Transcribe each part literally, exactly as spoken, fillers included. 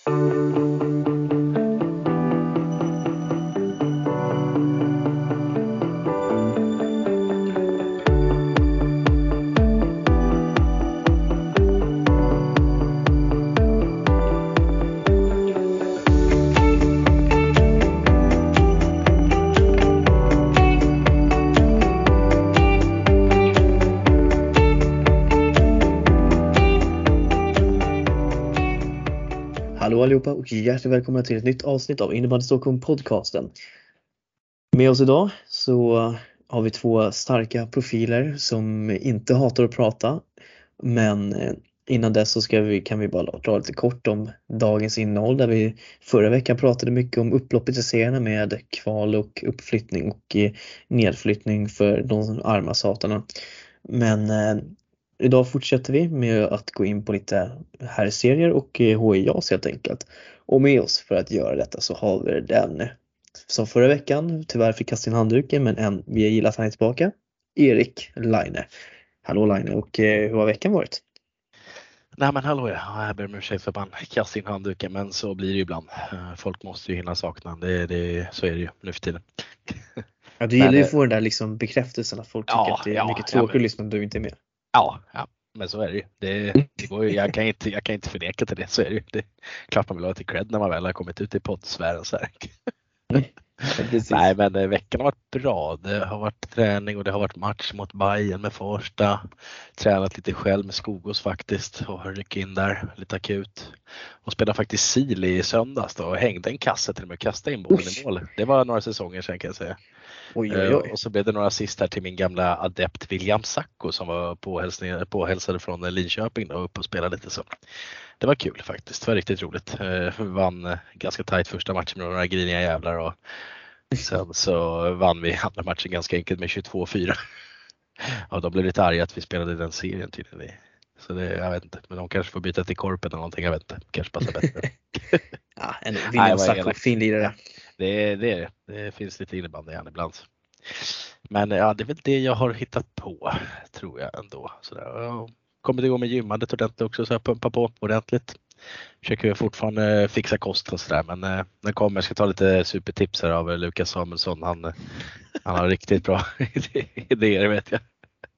Hallå allihopa och hjärtligt välkomna till ett nytt avsnitt av Innebandy Stockholm podcasten. Med oss idag så har vi två starka profiler som inte hatar att prata. Men innan dess så ska vi, kan vi bara dra lite kort om dagens innehåll, där vi förra veckan pratade mycket om upploppet i serierna med kval och uppflyttning och nedflyttning för de arma satarna. Men idag fortsätter vi med att gå in på lite herrserier och H I A S helt enkelt. Och med oss för att göra detta så har vi den som förra veckan tyvärr fick kasta in handduken, men än, vi gillar att han är tillbaka, Erik Line. Hallå Line, och hur har veckan varit? Nej men hallå, jag ber om ursäkt för att man kastar in handduken, men så blir det ju ibland. Folk måste ju hinna sakna, det, det, så är det ju nu för tiden. Ja, du gillar ju att få den där liksom bekräftelsen att folk tycker ja, att det är ja, mycket tråkigt ja, men, att lyssna när du inte är med. Ja, ja, men så är det ju. Det, det går ju jag, kan inte, jag kan inte förneka till det, så är det ju. Det är klart man vill ha lite cred när man väl har kommit ut i poddsfären så här. Ja, nej men eh, veckan har varit bra. Det har varit träning och det har varit match mot Bayern med Farsta. Tränat lite själv med Skogås faktiskt och har ryckt in där lite akut. Och spelade faktiskt Sil i söndags då och hängde en kasse till och med och kastade in bollen i mål. Det var några säsonger sedan kan jag säga. Oj, oj, oj. Och så blev det några assist här till min gamla adept William Sacco som var påhälsade från Linköping då, upp och spelade lite så. Det var kul faktiskt, det var riktigt roligt. Vi vann ganska tajt första matchen med några griniga jävlar och sen så vann vi andra matchen ganska enkelt med tjugotvå fyra. Och de blev lite arga att vi spelade den serien tydligen. Så det, jag vet inte, men de kanske får byta till korpen eller någonting, jag vet inte. Kanske passar bättre. Ja, en William Sacco, fin lirare. Det, det är det. Det finns lite innebandy igen ibland. Men ja, det är väl det jag har hittat på, tror jag ändå. Så där. Jag kommer igång med gymmandet ordentligt också, så jag pumpar på ordentligt. Försöker fortfarande fixa kosten och sådär, men eh, den kommer. Jag ska ta lite supertips här av Lukas Samuelsson. Han, han har riktigt bra idéer, vet jag.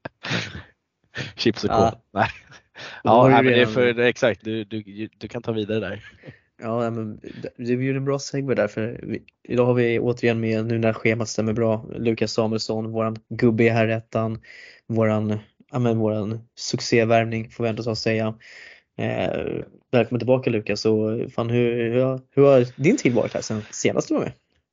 Chips och kol. Nej. Ja, nej, men det är för, det är exakt. Du, du, du kan ta vidare där. Ja, men det blir en bra segway där, för vi, idag har vi återigen med, nu när schemat stämmer bra, Lukas Samuelsson, våran gubbe här rättan, våran, ja men våran succévärvning får vi ändå så säga. Eh, välkommen tillbaka Lukas, så fan hur, hur, hur har din tid varit här sen senast du var med?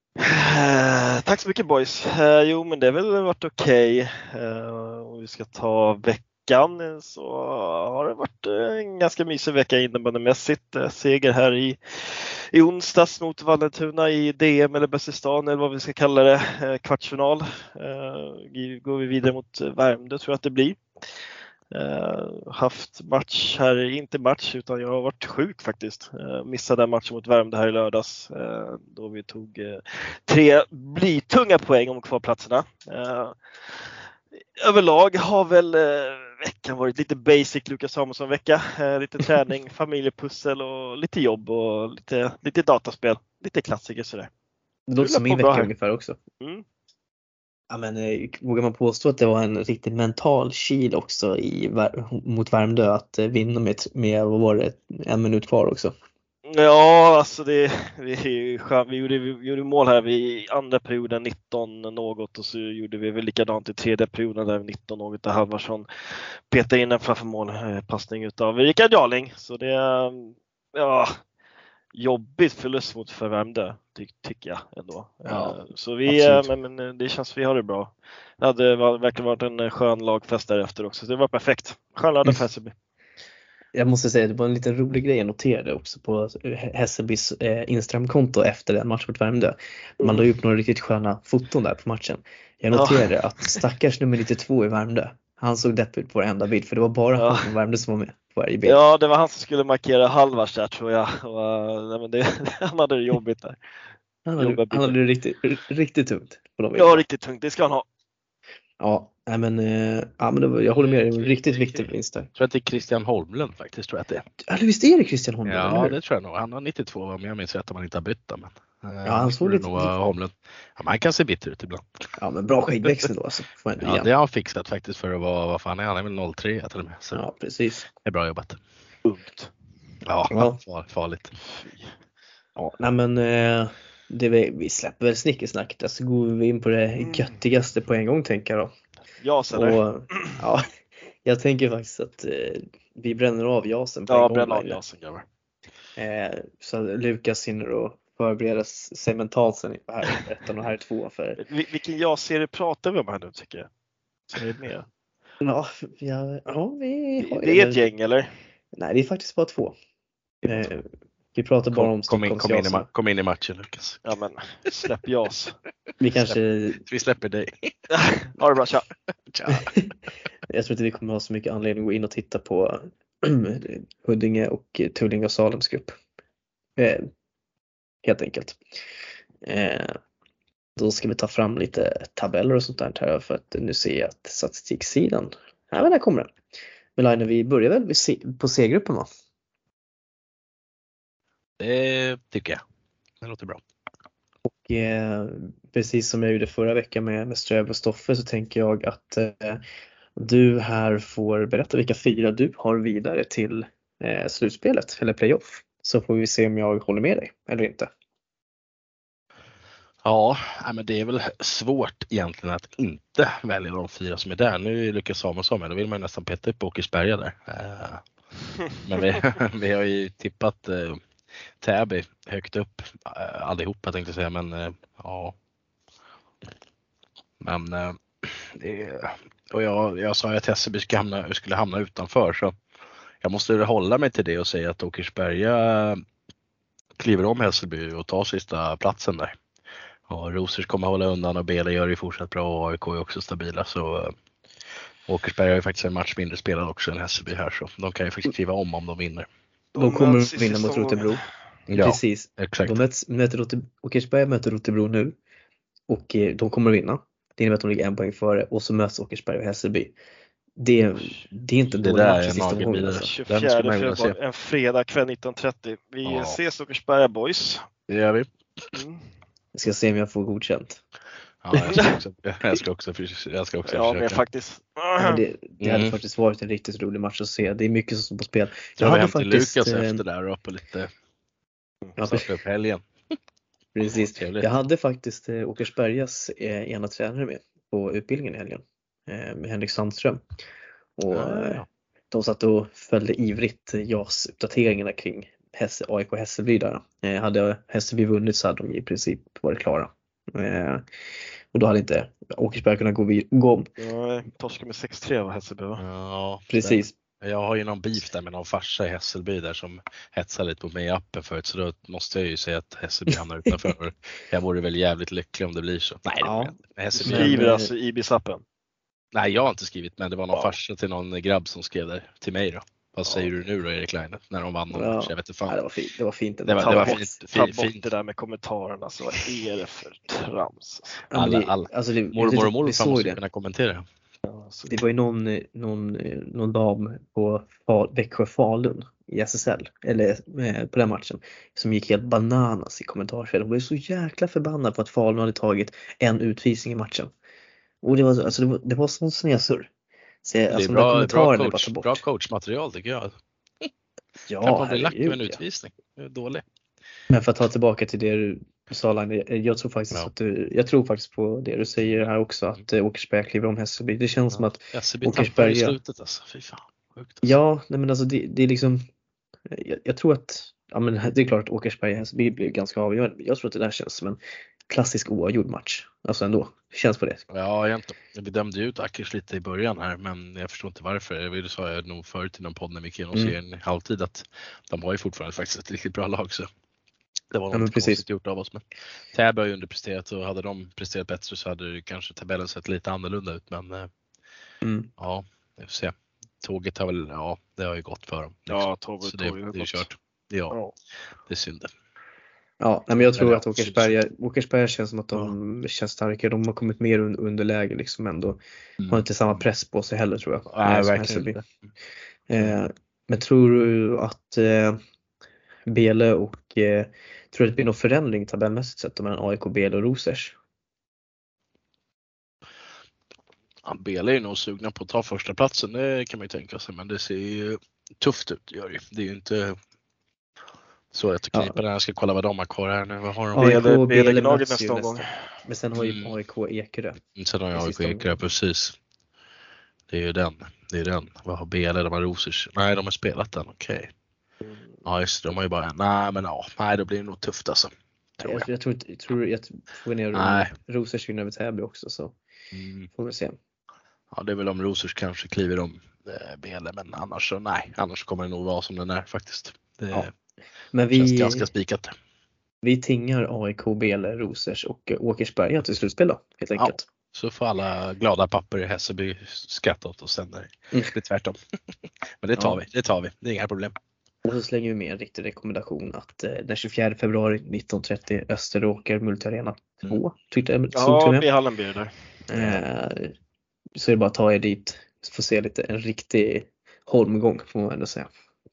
Uh, tack så mycket boys. Uh, jo men det har väl varit okej. Okay. Uh, om vi ska ta veckan så har det varit en ganska mysig vecka innebandymässigt. Uh, seger här i, i onsdags mot Vallentuna i D M eller Bästistan eller vad vi ska kalla det. Uh, kvartsfinal. Uh, går vi vidare mot Värmdö tror jag att det blir. Uh, haft match här, inte match utan jag har varit sjuk faktiskt. Uh, missade matchen mot Värmdö här i lördags uh, då vi tog uh, tre blytunga poäng om kvalplatserna. Uh, överlag har väl uh, veckan varit lite basic Lukas Samuelsson vecka. Uh, lite träning, familjepussel och lite jobb och lite, lite dataspel. Lite klassiker sådär. Det låter som min vecka ungefär också. Mm. Ja, men eh, vågar man påstå att det var en riktigt mental kil också i, mot Värmdö att eh, vinna med, med vad var det, en minut kvar också? Ja, alltså det, vi, vi, gjorde, vi gjorde mål här i andra perioden nitton något och så gjorde vi väl likadant i tredje perioden där nitton något där Halvarsson petade in en framför mål passning utav Rickard Jarling. Så det är ja, jobbigt förlust mot för Värmdö ty, tycker jag ändå. Ja, så vi, men, men det känns vi har det bra. Det hade verkligen varit en skön lagfest därefter också. Så det var perfekt. Skön lördag för Hässelby. Jag måste säga att det var en liten rolig grej jag noterade också på Hässelbys eh, Instagram-konto efter den matchen mot Värmdö. Man mm. la upp några riktigt sköna foton där på matchen. Jag noterade ja. att stackars nummer nittiotvå i Värmdö, han såg deppig ut på varenda bild för det var bara ja. han från Värmdö som var med på varje bild. Ja, det var han som skulle markera Halvars där tror jag. Och, nej, men det, han hade det jobbigt där. Han hade, han hade det riktigt, riktigt tungt. På de ja, riktigt tungt. Det ska han ha. Ja, nej men, eh, ja, men det var, jag håller med dig. En riktigt viktig vinst där. Jag tror att det är Christian Holmlund faktiskt. Tror jag att det är. Eller visst är det Christian Holmlund, eller Ja, hur? det tror jag nog. Han har nittiotvå, om jag minns rätt, om han inte har bytt då, men eh, Ja, han såg skulle lite- nog vara Holmlund. Ja, men han kan se bitter ut ibland. Ja, men bra skäggväxt ändå alltså. Får jag ändå Ja, igen. det har han fixat faktiskt för att vara, vad fan är han? Han är väl noll tre till och med. Så Ja, precis. det är bra jobbat. Ungt. Ja, Ja. far- farligt. Ja, nej men eh, det vi, vi släpper väl snickesnacket. Alltså går vi in på det Mm. göttigaste på en gång, tänker jag då. Jas eller? Och, ja, jag tänker faktiskt att eh, vi bränner av jasen på Ja, en gång. bränn av Laila. jasen grabbar. Eh, så att Lukas hinner att förbereda sig mentalt sen inför här ettan och här två. För, Vil- Vilken jas-serie pratar vi om här nu tycker jag? Så är det med? ja, ja, ja, vi har ju Det är ett men- gäng eller? Nej, det är faktiskt bara två. Eh, vi pratar bara om Kom, kom, in, kom, in i, Stockholmsjasen. ma- kom in i matchen, Lukas. Ja men släpp jas. Vi kanske, Vi släpper dig. Ha det bra, tja. Tja. jag tror inte vi kommer ha så mycket anledning att gå in och titta på Huddinge och Tullinge och Salems grupp. Eh, helt enkelt. Eh, då ska vi ta fram lite tabeller och sånt där här, för att nu ser jag att statistiksidan, ja men där kommer den. Men Laine, vi börjar väl vid C- på C-gruppen, va? Det tycker jag. Det låter bra. Och eh, precis som jag gjorde förra veckan med, med Ströv och Stoffe, så tänker jag att eh, du här får berätta vilka fyra du har vidare till eh, slutspelet eller playoff. Så får vi se om jag håller med dig eller inte. Ja, nej, men det är väl svårt egentligen att inte välja de fyra som är där. Nu är Lukas Samuelsson med, då vill man nästan peta upp på Åkersberga där. Eh, Men vi, vi har ju tippat eh, Täby högt upp eh, allihopa tänkte jag säga, men eh, ja. Men eh, det är, och jag, jag sa ju att Hässelby skulle hamna, skulle hamna utanför, så jag måste hålla mig till det och säga att Åkersberga kliver om Hässelby och tar sista platsen där. Och Rosers kommer hålla undan och Bela gör det fortsatt bra och A I K är också stabila, så uh, Åkersberga har ju faktiskt en match mindre spelad också än Hässelby här, så de kan ju faktiskt kliva om om de vinner. De kommer möts i att vinna mot sista Rotebro. omgången. Ja, Precis. exakt. De möts, möter Rote, Åkersberga möter Rotebro nu. Och eh, de kommer att vinna. Det innebär att de ligger en poäng före. Och så möts Åkersberga och Hässelby. Det, det är inte en Det dålig där match är i en sista nagelbitare. omgången. Alltså. tjugofjärde Den skulle man vilja februari, se. en fredag kväll nitton trettio. Vi Ja. ses Åkersberga boys. Det gör vi. Mm. Jag ska se om jag får godkänt. Ja, jag ska också, jag ska också, jag ska också Ja, men försöka. faktiskt. Men det det hade Mm. faktiskt varit en riktigt rolig match att se. Det är mycket som står på spel. Jag har hade hem till faktiskt, Lukas eh, efter där och på lite Ja, starta upp helgen. precis. Trevligt. Jag hade faktiskt eh, Åkersbergas eh, ena tränare med på utbildningen i helgen. Eh, med Henrik Sandström. Och Ah, eh, ja. de satt och följde ivrigt J A S-uppdateringarna kring Häss- A I K Hässelby där. Eh, hade Hässelby vunnit så hade de i princip varit klara. Eh, och då hade inte Åkersberga kunnat gå, vid- gå om. Ja, torska med sex tre var Hässelby va? Ja, Precis. jag har ju någon beef där med någon farsa i Hässelby där som hetsar lite på mig i appen förut, så då måste jag ju säga att Hässelby hamnar utanför. Jag vore väl jävligt lycklig om det blir så. Nej, det Ja. vore jag inte. Du Hässelby, Men, skriver eh, alltså i Ibis-appen. nej, jag har inte skrivit, men det var någon Ja. farsa till någon grabb som skrev där till mig då. Vad säger du nu då, Erik Laine, när de vann någon Ja. match? Jag vet inte Ja, det fan. var fint. Det var fint. Det var- Ta det var bort, fint, ta fint, bort fint. det där med kommentarerna. Så vad är det för trams? Ja, men Alla- det, alla- alltså det, Mormor och vi morfar såg måste det. kunna kommentera. Alltså, Det var ju någon, någon, någon dam på Fa- Växjö-Falun i S S L, eller eh, på den matchen, som gick helt bananas i kommentarsfältet. Hon var ju så jäkla förbannad på att Falun hade tagit en utvisning i matchen. Och det var, så- alltså det var, det var sån snesur. Så, Det är alltså, de där bra, bra, kommentarerna är bara coach, ta bort. bra coachmaterial tycker jag. Ja, Kan man bli lack med en herregud, ja. utvisning? Det är dålig. Men för att ta tillbaka till det du sa, Laine, jag tror faktiskt Ja. att du, jag tror faktiskt på det du säger här också, att eh, Åkersberga kliver om Hässelby. Det känns som att Hässelby Åkersberga- tappar i slutet alltså. Fy fan. Sjukt alltså. ja, nej men alltså det, det är liksom, jag, jag tror att, ja men det är klart att Åkersberga Hässelby blir ganska avgörande. Jag tror att det där känns som en klassisk oavgjord match. Alltså ändå, känns på det. Ja, egentligen. Vi dömde ju ut Akers lite i början här, men jag förstår inte varför. Det sa jag nog förut i någon podd när vi gick igenom Mm. serien i halvtid, att de har ju fortfarande faktiskt ett riktigt bra lag, så det var Ja, men något precis. konstigt gjort av oss. Men Täby har ju underpresterat, och hade de presterat bättre så hade det kanske tabellen sett lite annorlunda ut, men eh, Mm. ja, vi får se. Tåget har väl, ja, det har ju gått för dem. ja, tåget så det, tåget det är ju gått. kört. Ja, Ja. det är synd. Ja, nej, men jag tror Eller, att Åkersberga, Åkersberga känns som att de känns starkare. De har kommit mer un- underläge liksom ändå. Mm. Har inte samma press på sig heller tror jag. Nej, eh, som verkligen Hässelby. inte. Eh, men tror du att eh, Bele och eh, tror du att det blir någon förändring tabellmässigt sett mellan A I K, Bele och Rosers? Ja, Bele är nog sugna på att ta första platsen, det kan man ju tänka sig, men det ser ju tufft ut. Gör det. det är ju inte så att knipa Ja. när jag ska kolla vad de har kvar här nu. Vad har de? A I K, Bele- Bele Bele-Gnaget möts nästa ju omgång. nästa. Men sen har ju Mm. A I K Ekerö. Sen har jag i A I sista K Ekerö, omgången. precis. Det är ju den. Det är den. Vad har Bele? De har Rosers. Nej, de har spelat den. Okej. Mm. Ja, just det. De har ju bara... Nej, men ja. Nej, då blir det nog tufft alltså. Tror Jag, jag. jag tror inte, jag tror jag får ner Nej. Rosers vinner över Täby också så Mm. får vi se. Ja, det är väl om Rosers kanske kliver om eh, Bele, men annars så nej. Annars kommer det nog vara som den är faktiskt. Det Ja. Men känns vi, ganska spikat. vi tingar A I K, Bele, Rosers och Åkersberga till slutspel då, helt Ja. enkelt. Så får alla glada papper i Hässelby skratta åt oss sen. Mm. Det är tvärtom. Men det tar Ja. vi, det tar vi. Det är inga problem. Och så slänger vi med en riktig rekommendation att eh, den tjugofjärde februari nitton trettio Österåker Multiarena två tyckte jag stod Ja, till i med. hallen blir det där. Eh, så är det bara att ta er dit. Så får se lite en riktig holmgång får man ändå säga.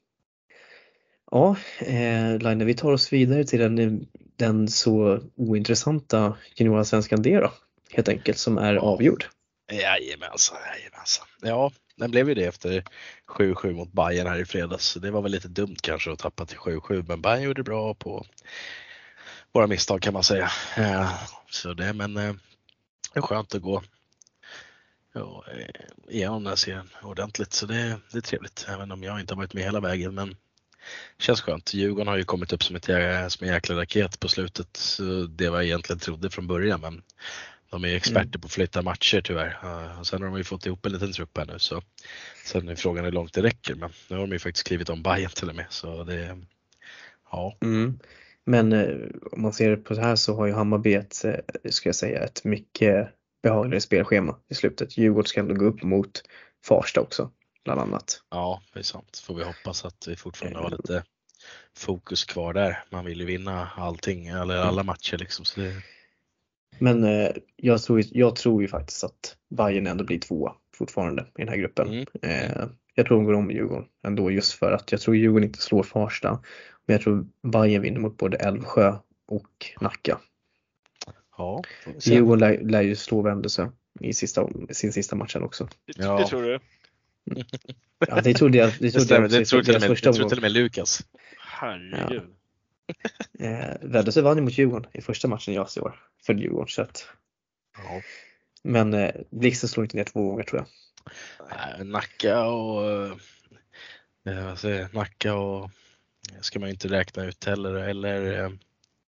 Ja, eh, Line, vi tar oss vidare till den, den så ointressanta juniorallsvenskan D då, helt enkelt, som är Ja. avgjord. Jajamensan, jajamensan. Ja, den blev ju det efter sju sju mot Bayern här i fredags. Så det var väl lite dumt kanske att tappa till sju sju, men Bayern gjorde bra på våra misstag kan man säga. Eh, Så det, men eh, det är skönt att gå ja, eh, igenom den här serien ordentligt. Så det, det är trevligt, även om jag inte har varit med hela vägen. Men det känns skönt. Djurgården har ju kommit upp som, ett, jä- som en jäkla raket på slutet. Så det var jag egentligen trodde från början. Men de är ju experter Mm. på att flytta matcher tyvärr. Uh, och sen har de ju fått ihop en liten trupp här nu. Så sen är frågan hur långt det räcker. Men nu har de ju faktiskt skrivit om Bayern till och med. Så det, ja. Mm. Men eh, om man ser det på det här så har ju Hammarby ett, eh, ska jag säga, ett mycket behagligare spelschema i slutet. Djurgården ska ändå gå upp mot Farsta också, bland annat. Ja, det är sant. Får vi hoppas att vi fortfarande har lite fokus kvar där. Man vill ju vinna allting, eller alla matcher liksom. Så det... Men eh, jag, tror, jag tror ju faktiskt att Bayern ändå blir tvåa fortfarande i den här gruppen. Mm. Eh, jag tror de går om Djurgården ändå, just för att jag tror Djurgården inte slår Farsta. Men jag tror Bayern vinner mot både Älvsjö och Nacka. Ja, får vi se. Djurgården lär, lär ju slå Vändelsö i sista, sin sista matchen också. Det, Ja. det tror du? Ja, det trodde jag. Det Det trodde stämmer, jag det också tror i till och deras med, första det tror omgång. till och med Lukas. Herregud. Eh, Vändelsö vann ju mot Djurgården i första matchen i A C i år för Djurgården. Så att, Ja. men eh, Blixten slår inte ner två gånger tror jag. Äh, Nacka och eh, vad säger, jag, Nacka och ska man ju inte räkna ut heller. Eller eh,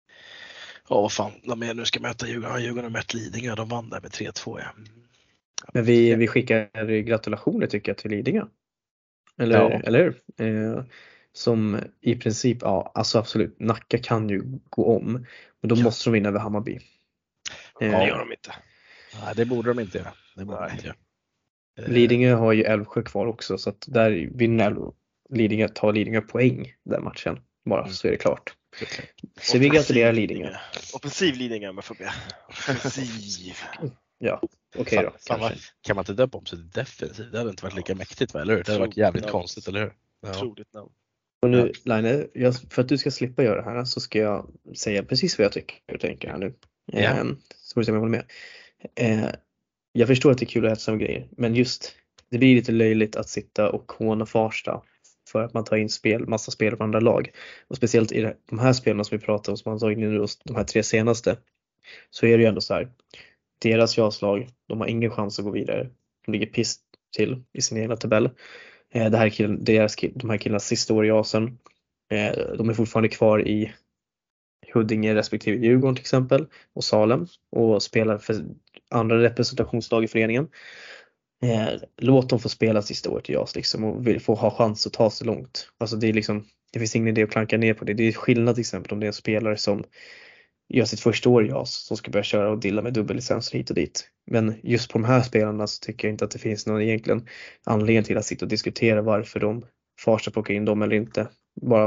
ja, vad fan, de är nu ska möta Djurgården. Ja, Djurgården har mött Lidingö, de vann där med tre två. Ja. Men vi, vi skickar gratulationer tycker jag till Lidingö. Eller, Ja. eller hur? Eh, som i princip, ja alltså absolut, Nacka kan ju gå om. Men då Ja. måste de vinna över Hammarby. Eh, Det gör de inte. Nej, det borde de inte göra. Det borde Nej. de inte göra. Eh, Lidingö har ju Älvsjö kvar också, så att där vinner Älv- Lidingö, tar Lidingö poäng den matchen. Bara Mm. så är det klart. såklart. Så vi gratulerar Lidingö. Offensiv Lidingö med F B. Offensiv. Ja, okej Fan, då. fan, Kanske. vad- kan man inte döpa om sig till defensiv? Det hade inte varit lika mäktigt, va? Eller hur? Det hade varit jävligt Ja. konstigt, eller hur? Ja. Otroligt namn. Och nu, Line, jag, för att du ska slippa göra det här så ska jag säga precis vad jag tycker och tänker här nu. Ja. Eh, så får du se om jag håller med. Eh, jag förstår att det är kul att äta samma grejer, men just det blir lite löjligt att sitta och håna Farsta för att man tar in spel, massa spel från andra lag. Och speciellt i de här spelarna som vi pratar om, som man tagit in nu, de här tre senaste, så är det ju ändå så här. Deras jaslag, de har ingen chans att gå vidare. De ligger piss till i sin egna tabell. Eh, det här killen, deras, de här killarnas sista år i Asen. Eh, de är fortfarande kvar i Huddinge respektive Djurgården till exempel och Salem och spelar för andra representationslag i föreningen. Eh, låt dem få spela sista året i J A S liksom och vill få ha chans att ta sig långt. Alltså det är liksom, det finns ingen idé att klanka ner på det. Det är skillnad till exempel om det är en spelare som gör sitt första år i J A S som ska börja köra och dilla med dubbellicenser hit och dit. Men just på de här spelarna så tycker jag inte att det finns någon egentligen anledning till att sitta och diskutera varför de Farsta plockar in dem eller inte. Bara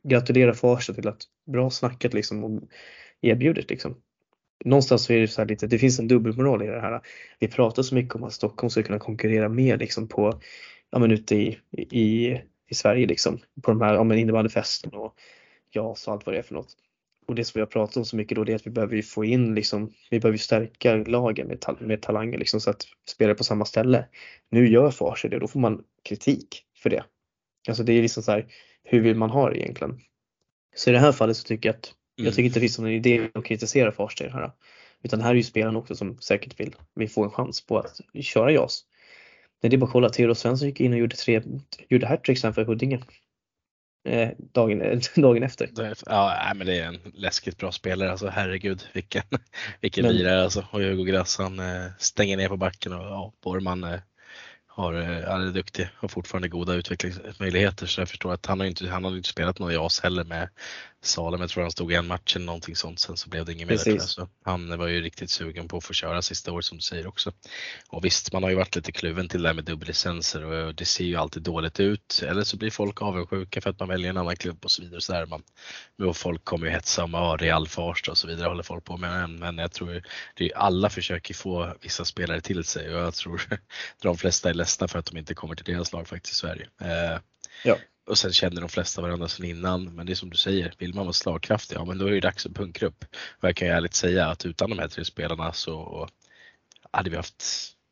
gratulera Farsta till att bra snackat liksom och erbjudet liksom. Någonstans så är det så här lite, det finns en dubbelmoral i det här. Vi pratar så mycket om att Stockholm ska kunna konkurrera mer liksom på, ja men ute i, i, i Sverige liksom. På de här, ja men innebandyfesten och ja så allt vad det är för något. Och det som vi har pratat om så mycket då det är att vi behöver ju få in liksom, vi behöver ju stärka lagen med, tal- med talanger liksom så att spela på samma ställe. Nu gör Farsta det, då får man kritik för det. Alltså det är liksom så här, hur vill man ha det egentligen? Så i det här fallet så tycker jag att Mm. jag tycker inte det finns någon idé att kritisera Farsta i det här. Utan här är ju spelarna också som säkert vill, vill få en chans på att köra J A S. Men det är bara att kolla, Theodor Svensson gick in och gjorde tre, gjorde hattrick sen för Huddinge. Eh, dagen, dagen efter. Det, ja, nej, men det är en läskigt bra spelare. Alltså, herregud, vilken, vilken Men- lirare. Alltså. Och Hugo Grass, han eh, stänger ner på backen och ja, Borman eh, har, eh, han är duktig och fortfarande goda utvecklingsmöjligheter. Så jag förstår att han har inte, han har inte spelat någon J A S heller med Salem. Jag tror han stod i en match eller någonting sånt. Sen så blev det ingen mer. Tror jag. Så han var ju riktigt sugen på att få köra sista året som du säger också. Och visst, man har ju varit lite kluven till det där med dubbellicenser och det ser ju alltid dåligt ut. Eller så blir folk avundsjuka för att man väljer en annan klubb och så vidare. Så där man, och folk kommer ju hetsa om ja, Real Farsta och så vidare håller folk på med. Men jag tror det är, alla försöker få vissa spelare till sig och jag tror de flesta är ledsna för att de inte kommer till deras lag faktiskt i Sverige. Eh, Ja. Och sen känner de flesta varandra sedan innan. Men det är som du säger, vill man vara slagkraftig, ja men då är det dags att punkra upp. Och jag kan ju ärligt säga att utan de här tre spelarna så hade vi haft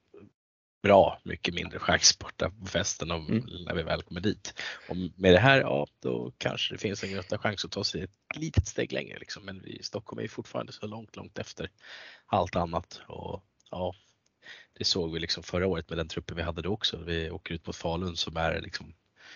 bra mycket mindre chans borta på festen om, Mm. när vi väl kommer dit. Och med det här, ja då kanske det finns en grotta chans att ta sig ett litet steg längre liksom. Men vi i Stockholm är fortfarande så långt, långt efter allt annat. Och ja, det såg vi liksom förra året med den truppen vi hade då också. Vi åker ut mot Falun som är liksom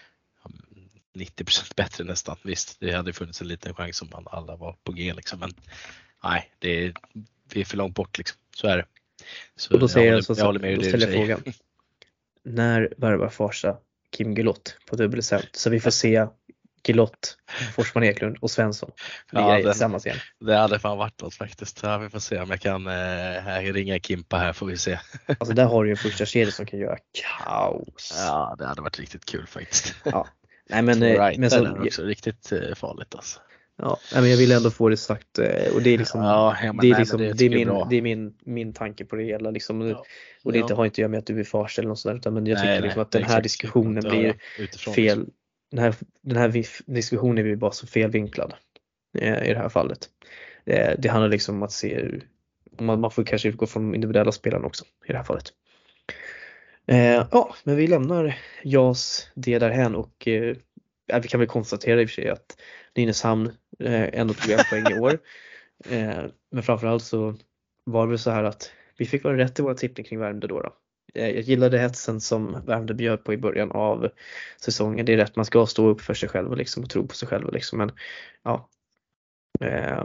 nittio procent bättre nästan. Visst, det hade funnits en liten chans om man alla var på G liksom. Men nej, det är, vi är för långt bort liksom. Så är det. Så Och då säger jag, håller, så, jag håller med då det ställer du jag säger. frågan. När värvar Farsta Kim Gilott på dubbelcent? Så vi får se Gilott, Forsman Eklund och Svensson. Ja, Ja, den- tillsammans igen. Det hade fan varit något faktiskt. Ja, vi får se om jag kan eh, ringa Kimpa här får vi se. Alltså där har du ju en första kedja som kan göra kaos. Ja, det hade varit riktigt kul faktiskt. Ja. Nej men, eh, Right, men det så, är också riktigt eh, farligt alltså. ja, nej, men jag vill ändå få det sagt eh, och det är liksom, Ja, ja, men det är, nej, liksom men det det, är tycker jag är min, bra. det är min, min tanke på det hela liksom. Ja. Och det Ja. inte, har inte jag med att du är Farsta eller något sådant utan men jag tycker Nej, liksom nej, att den det är här exakt diskussionen så jag blir hör utifrån, fel. liksom. Den här, den här vif- diskussionen blir bara så felvinklad eh, i det här fallet. Eh, det handlar liksom om att se hur- man, man får kanske utgå från de individuella spelarna också i det här fallet. Eh, ja, men vi lämnar J A S det därhän och eh, ja, vi kan väl konstatera i och för sig att Nynäshamn eh, ändå tog en poäng i år. Eh, men framförallt så var det väl så här att vi fick vara rätt i våra tippning kring Värmdö då. då. Eh, jag gillade hetsen som Värmdö bjöd på i början av säsongen. Det är rätt, man ska stå upp för sig själv och, liksom, och tro på sig själv. Liksom. Men ja, eh,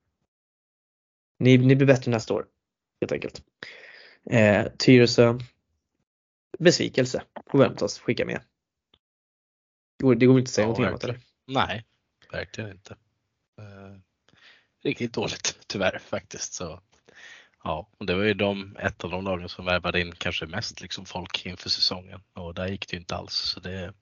ni, ni blir bättre nästa år helt enkelt. Eh, Tyresö, besvikelse på Värmdös, skicka med. Det går, det går inte att säga Ja, någonting annat verkligen. eller? Nej, verkligen inte. Eh, riktigt dåligt tyvärr faktiskt. Så, ja, och det var ju de, ett av de lagen som värvade in kanske mest liksom, folk inför säsongen och där gick det ju inte alls. Så det,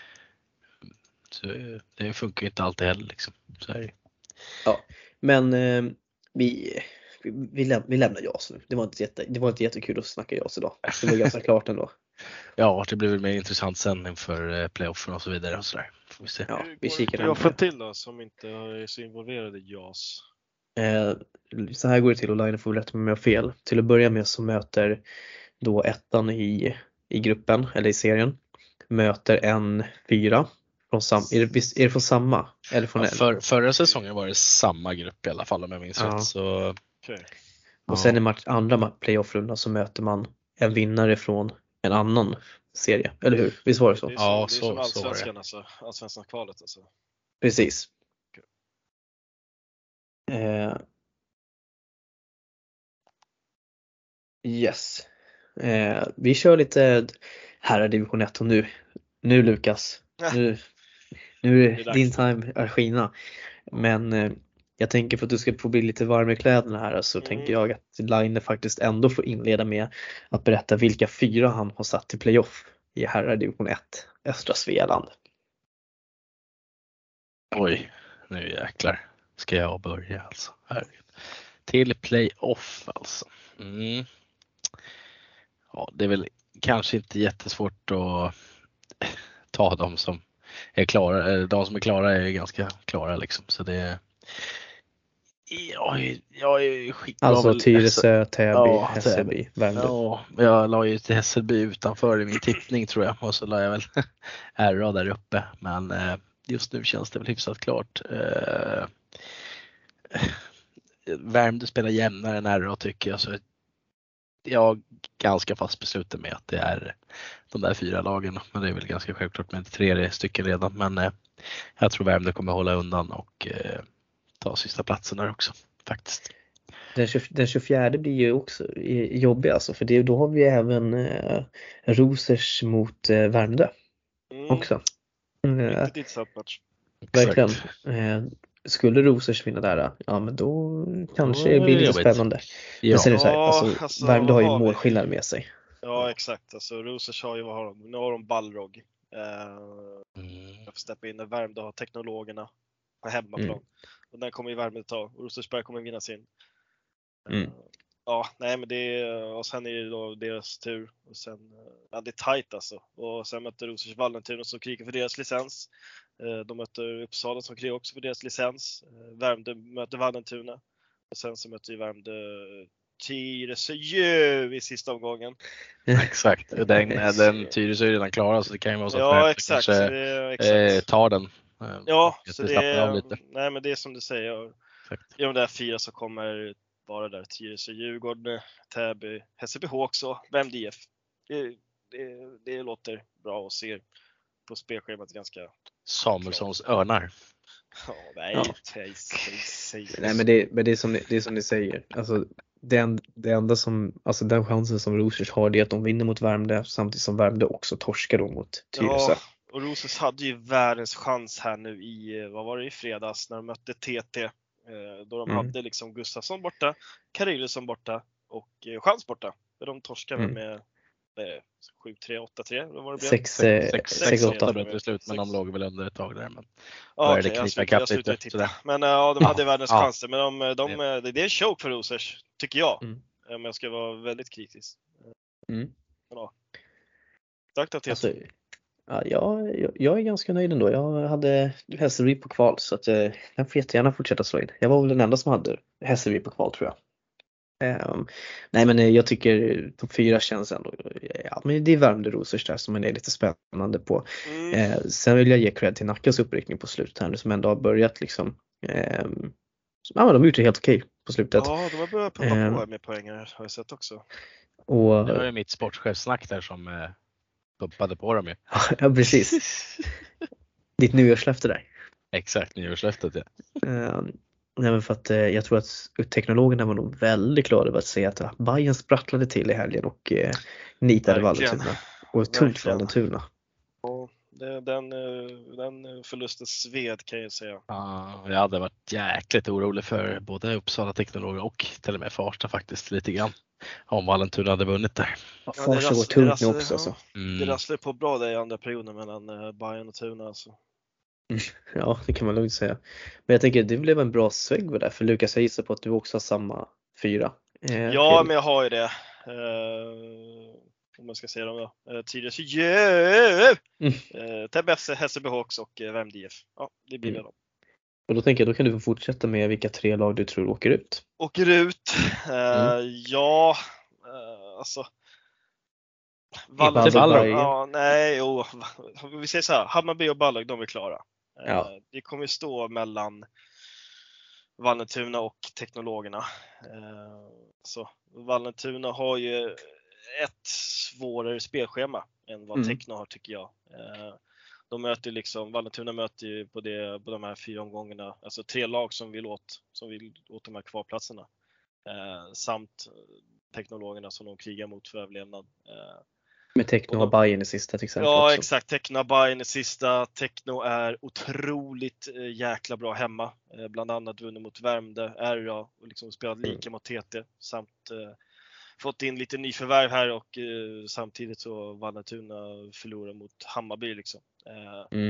så det funkar ju inte alltid heller. Liksom. Så är det. Ja, men eh, vi, vi, läm- vi lämnar J A S nu. Det var inte, jätte, det var inte jättekul att snacka J A S idag. Det var ganska klart ändå. Ja, det blir väl mer intressant sen inför playoffen och så vidare. Och så där. Får vi se. Ja, Hur vi går kikar playoffen till då som inte är så involverade i J A S? Eh, så här går det till och Line får rätt med mig fel. Till att börja med så möter då ettan i, i gruppen eller i serien möter en fyra från sam, är, det, visst- är det från samma eller från Ja, en? för, förra säsongen var det samma grupp i alla fall om jag minns Ja. rätt. Så, Okej. Och sen i match, andra ma- playoff-runda så möter man en vinnare från en annan serie, eller hur? Visst var det så? Det är som, Ja, det är så- som så var det. allsvenskan alltså, allsvenskan kvalet alltså. Precis. Eh, yes. Eh, vi kör lite här är division ett och nu. Nu Lukas. Nu, nu Det är är dags din nu. time att skina. Men eh, jag tänker för att du ska få bli lite varm i kläderna här så Mm. tänker jag att Line faktiskt ändå får inleda med att berätta vilka fyra han har satt till playoff i herrar division ett, Östra Svealand. Oj, nu jäklar ska jag börja alltså. Här. Till playoff alltså. Mm. Ja, det är väl kanske inte jättesvårt att ta dem som är klara. De som är klara är ganska klara liksom. Så det jag, jag är skit. Alltså Tyresö, Täby, ja, Hässelby, Värmdö. Ja, jag la ju till Hässelby utanför i min tippning tror jag. Och så la jag väl R A där uppe. Men eh, just nu känns det väl hyfsat klart. Eh, Värmdö spelar jämnare än R A tycker jag. Så jag är ganska fast besluten med att det är de där fyra lagen. Men det är väl ganska självklart med tre stycken redan. Men eh, jag tror Värmdö kommer hålla undan och eh, ta sista platsen där också faktiskt. Den, tjugo, den tjugofjärde blir ju också jobbig alltså. För det, då har vi även eh, Rosers mot eh, Värmdö Mm. också. Mm, Riktigt intressant match. verkligen. Eh, skulle Rosers vinna där, ja men då kanske det blir lite jobbigt. Spännande. Ja. Men sen är det så här, Ja, alltså, alltså, Värmdö har ju vad har vi? målskillnad med sig. Ja, exakt. Alltså, Rosers har ju, vad har de? Nu har de Balrog. Uh, Mm. jag får steppa in när Värmdö har teknologerna på hemmaplan. Mm. Och den kommer ju Värmdö ta. Och Rosersberg kommer vinna sin. Mm. Uh, ja, nej men det är, och sen är det då deras tur. Och sen, ja det är tajt alltså. Och sen möter Rosers Vallentuna som krigar för deras licens. Uh, de möter Uppsala som krigar också för deras licens. Uh, Värmdö möter Vallentuna. Och sen så möter Värmdö Tyresö i sista omgången. Exakt, den, den Tyresö är redan klara så det kan ju vara så att Ja, Värmdö exakt. kanske Det, exakt. eh, tar den. Eh, Ja, att så det det slappnar av är, lite. nej men det är som du säger. Exakt. I de där fyra så kommer bara där Tyresö, Djurgården, Täby, Hässelby också, Värmdö I F. Det, det, det låter bra och ser på spelschemat ganska. Samuelssons örnar. Ja, nej, Ja. nej, nej, Nej men det, men det, är som ni, det är som ni säger. Alltså, det, en, det enda som, alltså den chansen som Rosers har, det är att de vinner mot Värmdö samtidigt som Värmdö också torskar då mot Tyresö. Ja, och Rosers hade ju världens chans här nu i, vad var det, i fredags när de mötte T T. Då de Mm. hade liksom Gustafsson borta, Kareliusson borta och Chans borta. De torskade Mm. med sju tre, åtta tre. Vad var det blev? sex sex åtta åtta blev det slut men de låg väl under ett tag där. Men Ja, började okej, jag knipa slutade, ikapp jag slutade lite, titta. sådär. Men ja, de hade Ja, världens ja. chanser. Men de, de, de, det är en choke för Rosers, tycker jag. Mm. Om jag ska vara väldigt kritisk. Mm. Ja. Tack till Alltså, ja, jag, jag är ganska nöjd ändå. Jag hade Hässelby på kval så att jag, jag får jättegärna fortsätta slå in. Jag var väl den enda som hade Hässelby på kval tror jag. Um, nej men jag tycker topp fyra känns ändå, ja men det är Värmdö Rosers där som är lite spännande på. Mm. Eh, sen vill jag ge cred till Nackas uppryckning på slutet här nu som ändå har börjat liksom. Eh, ja men de har gjort det helt okej på slutet. Ja, de har börjat pumpa Ehm. på här med poäng har jag sett också. Och, Det var ju mitt sportchefsnack där som eh, pumpade på dem ju. ja precis. Ditt nyårslöfte där. Exakt, nyårslöftet ja. Eh, nej men för att eh, jag tror att teknologerna var nog väldigt glada över att se att ah, Bayern sprattlade till i helgen och eh, nitade Verkligen. Vallentuna. Och tungt för Verkligen. Vallentuna. Ja, det, den, eh, den förlusten sved kan jag säga. Ja, jag hade varit jäkligt orolig för både Uppsala teknologer och till och med Farsta faktiskt lite grann. Om Vallentuna hade vunnit där. Ja, Ja, Farsta det går rasslar- tungt det nu rasslar- också. ja. Alltså. Det Mm. rasslar på bra där i andra perioden mellan eh, Bayern och Tuna alltså. Ja, det kan man lugnt säga. Men jag tänker det blev en bra sväng där för Lukas, jag gissar på att du också har samma fyra. Eh, Ja, till- men jag har ju det. Eh, om man ska säga dem då. Eh, Tyresö, yeah! Mm. eh, Täby, Hässelby Hawks och eh, Värmdö I F. Ja, det blir Mm. väl dem. Och då tänker jag, då kan du få fortsätta med vilka tre lag du tror åker ut. Åker ut. Eh, Mm. Ja, eh, alltså. Balrog, Balrog. Bayern. Ja, nej, jo. Vi säger så här, Hammarby och Balrog, de är klara. Eh, Ja. Det kommer stå mellan Vallentuna och teknologerna. Eh, Så Vallentuna har ju ett svårare spelschema än vad Mm. Techno har tycker jag. Eh, De möter liksom, Vallentuna möter ju på, det, på de här fyra omgångarna, alltså tre lag som vill åt, som vill åt de här kvalplatserna. Eh, samt teknologerna som de krigar mot för överlevnad. Eh, Med Techno och Bayern i sista till exempel Ja också. exakt, Techno och Bayern är sista. Techno är otroligt eh, jäkla bra hemma. Eh, bland annat vunnit mot Värmdö, R A och liksom spelat lika mot T T. Samt eh, fått in lite nyförvärv här och eh, samtidigt så Vallentuna förlorar mot Hammarby liksom. Eh, Mm.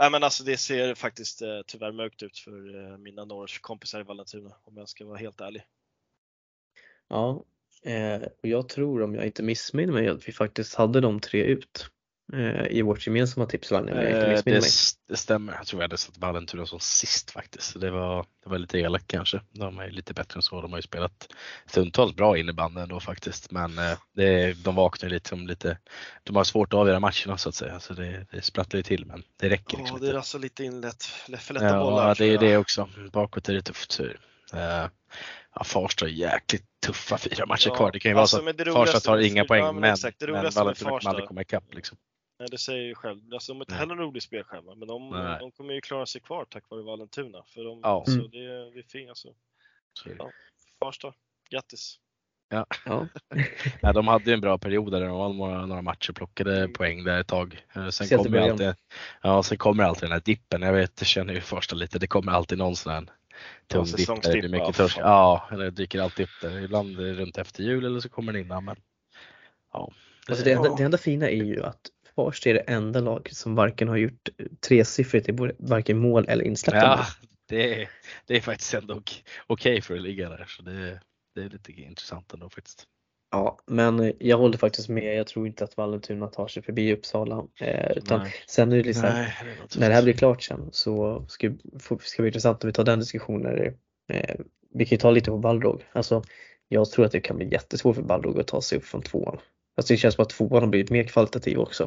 Nej, men alltså det ser faktiskt eh, tyvärr mörkt ut för eh, mina Norwich-kompisar i Vallentuna, om jag ska vara helt ärlig. Ja, eh, och jag tror, om jag inte missminner mig, att vi faktiskt hade de tre ut eh, i vårt gemensamma tipsvagn, om jag inte Eh, missminner det, mig. det stämmer. Jag tror vi hade satt Vallentuna som sist faktiskt. Så det var, det var lite elakt kanske. De är lite bättre än så. De har ju spelat stundtals bra innebandy ändå faktiskt. Men eh, det, de vaknar lite som lite. De har svårt att avgöra matcherna så att säga. Så det, det sprattlar ju till, men det räcker liksom Ja, inte. det är alltså lite inlätt, för lätta Ja, bollar. det tror är jag. det också. Bakåt är det tufft. Så, eh, ja, Farsta har jäkligt tuffa fyra matcher Ja, kvar. Det kan ju alltså, vara men det så att Farsta roligaste tar med- inga ja, poäng, men men, exakt, det men roligaste med Vallentuna kommer aldrig Farsta- komma ikapp liksom. Nej, det säger ju själv. Alltså, de har inte Ja. heller en rolig spelschema, men de, Nej. de kommer ju klara sig kvar tack vare Vallentuna. För de, Ja. alltså, Mm. det, är- det är fint alltså. Så är det. Ja. Farsta, grattis. Ja. Ja, de hade ju en bra period där de vann några, några matcher, plockade Mm. poäng där ett tag. Eh, Sen Speciellt i kommer ju början. alltid, ja, sen kommer alltid den här dippen. Jag vet, det känner ju första lite. Det kommer alltid någon sån här tung dipp där det säsongsdipp, blir mycket ja, torsk. fan. Ja, eller det dyker alltid upp där. Ibland är det runt efter jul eller så kommer den innan. Men ja, det, Alltså det, enda, det enda fina är ju att Farsta är det enda lag som varken har gjort tresiffrigt i både- varken mål eller insläppta ja, mål. det, är, det är faktiskt ändå okej okej för att ligga där. Så det, det är lite intressant ändå faktiskt. Ja, men jag håller faktiskt med. Jag tror inte att Vallentuna tar sig förbi Uppsala. Eh, utan Nej. sen är det liksom, Nej, det är något när det här blir klart sen så ska, få- ska det bli intressant om vi tar den diskussionen. Eh, vi kan ju ta lite på Balrog. Alltså, jag tror att det kan bli jättesvårt för Balrog att ta sig upp från tvåan. Alltså det känns som att tvåan har blivit mer kvalitativ också.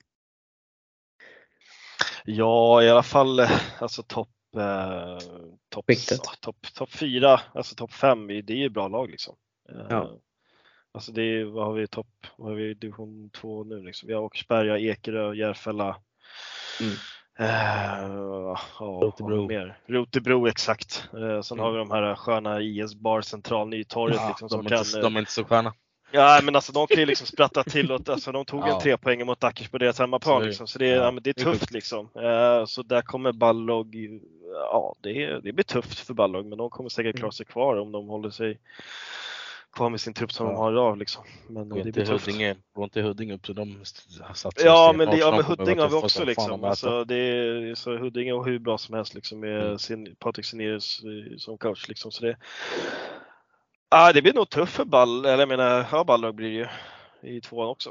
Ja, i alla fall eh, alltså topp eh, topp Skiktet. ja, topp top fyra, alltså topp fem, det är ju bra lag liksom. Eh, Ja. Alltså det är, vad har vi i topp, vad har vi i division två nu liksom? Vi har Åkersberga, Ekerö, Järfälla. Mm. Eh, ja, Rotebro. vad mer? Rotebro, exakt. Eh, sen Mm. har vi de här sköna I S Bar Central Nytorget Ja, liksom, de, som är kan. inte, de är inte så sköna. Ja, men alltså de kan ju liksom spratta till och alltså, de tog en Ja. tre poäng mot Dackers på deras hemmaplan Så är det. liksom, så det är, Ja, ja, men det är det är tufft sjukt. liksom. Eh, så där kommer Balrog, ja det, är, det blir tufft för Balrog, men de kommer säkert klara sig kvar om de håller sig kvar med sin trupp som Ja. de har idag liksom. Men Går det inte blir tufft. Huddinge, går inte Huddinge upp så de satsar Ja, ju men, det, stenhårt, ja, så de men kommer Huddinge vara har vi tuffa också som fan liksom. att möta. Alltså, det är, så Huddinge och hur bra som helst liksom med Mm. sin, Patrik Sinerius eh, som coach liksom. Så det, ah, det blir nog tufft för Ball, eller jag menar, ja, Balrog blir det ju i tvåan också.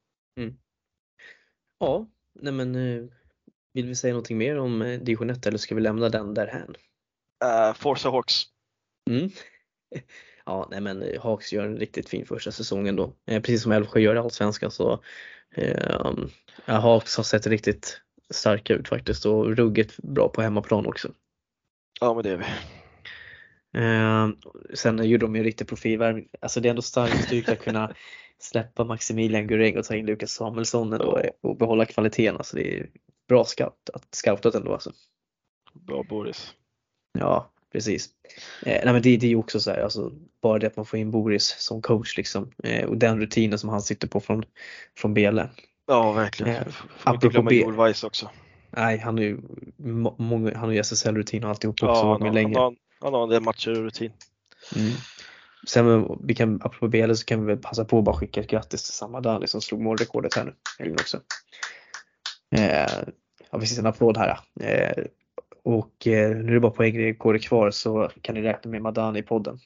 Ja, nej men eh, vill vi säga någonting mer om eh, division ett eller ska vi lämna den därhän? Uh, Forza Hawks. Mm. Ja, nej men eh, Hawks gör en riktigt fin första säsong ändå. Eh, precis som Älvsjö gör i Allsvenskan så eh, ja, Hawks har sett riktigt starka ut faktiskt och ruggigt bra på hemmaplan också. Ja, men det är vi. Eh, sen gjorde de ju riktigt profilvärvning. Alltså det är ändå stark styrka att kunna släppa Maximilian Gureng och ta in Lukas Samuelsson ändå, Ja. och behålla kvaliteten. Alltså det är bra scout, att scoutat ändå alltså. Bra Boris. Ja, precis. Eh, nej men det, det är ju också så här, alltså, bara det att man får in Boris som coach liksom, eh, och den rutinen som han sitter på från, från Bele. Ja, verkligen. Eh, Får inte apropå glömma B- Joel Weiss också. Nej, han är ju må, många, han har ju S S L-rutin och alltihop också, Ja, varit han, med har- han, länge. har- han har en del matcher och rutin. Mm. Sen eh, vi kan, apropå Bele så kan vi väl passa på att bara skicka ett grattis till Samadani som slog målrekordet här nu helgen också. Eh, ja, vi ser en applåd här. Eh, och eh, nu är det bara poängrekordet kvar så kan ni räkna med Madani i podden.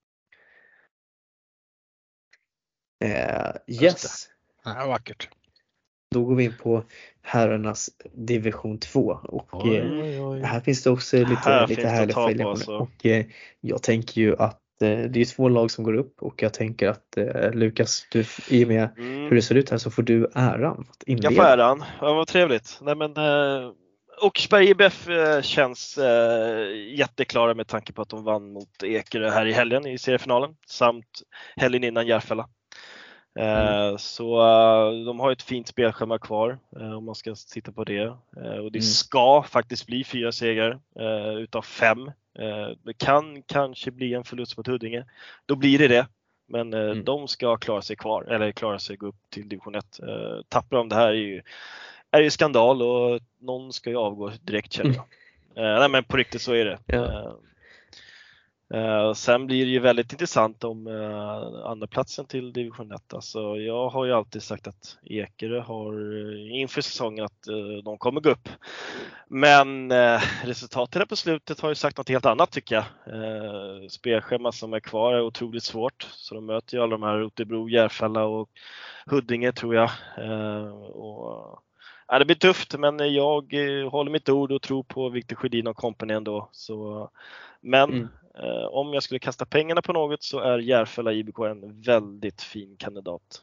Eh, yes, Ja, vackert. då går vi in på herrarnas division två och Oj, eh, oj, oj. här finns det också lite, Här lite finns det att härliga ta på, följationer. alltså. Och eh, jag tänker ju att eh, det är två lag som går upp och jag tänker att eh, Lukas, du, i och med Mm. hur det ser ut här så får du äran att inleda. Jag får äran. Ja, vad trevligt. Nej, men, eh, Åkersberga I B F eh, känns eh, jätteklara med tanke på att de vann mot Ekerö här i helgen i seriefinalen samt helgen innan Järfälla. Eh, Mm. Så eh, de har ett fint spelschema kvar eh, om man ska titta på det. Eh, och det Mm. ska faktiskt bli fyra segrar eh, utav fem. Eh, det kan kanske bli en förlust mot Huddinge. Då blir det det. Men eh, Mm. de ska klara sig kvar, eller klara sig gå upp till division ett. Eh, tappar de det här är ju, är ju skandal och någon ska ju avgå direkt känner jag. Eh, nej men på riktigt så är det. Ja. Eh, Uh, sen blir det ju väldigt intressant om uh, andra platsen till division ett. Alltså, jag har ju alltid sagt att Ekerö har uh, inför säsongen att uh, de kommer gå upp. Men uh, resultatet på slutet har ju sagt något helt annat tycker jag. Uh, spelschema som är kvar är otroligt svårt. Så de möter ju alla de här Rotebro, Järfälla och Huddinge tror jag. Uh, och, uh, det blir tufft men jag uh, håller mitt ord och tror på Viktor Sjödin och company ändå. Så, uh, men Mm. Uh, om jag skulle kasta pengarna på något så är Järfälla I B K en väldigt fin kandidat.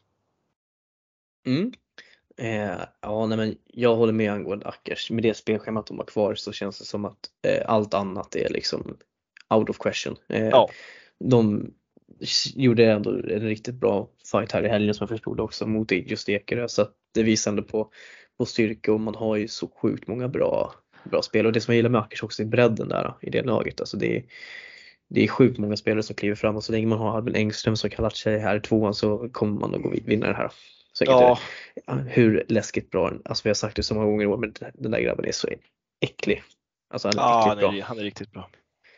Mm. Eh, ja, nej, men jag håller med angående Ackers. Med det spelschemat de har kvar så känns det som att eh, allt annat är liksom out of question. Eh, Ja. De gjorde ändå en riktigt bra fight här i helgen som jag förstod också mot just Ekerö. Så att det visar ändå på, på styrka och man har ju så sjukt många bra, bra spel. Och det som jag gillar med Ackers också är bredden där i det laget. Alltså det är Det är sjukt många spelare som kliver fram och så länge man har Albin Engström som kallar sig här i tvåan så kommer man att gå vinna det här. Säkert Ja. Hur läskigt bra, alltså vi har sagt det så många gånger i år, men den där grabben är så äcklig. Alltså han är Ja, riktigt han är, bra. han är riktigt bra.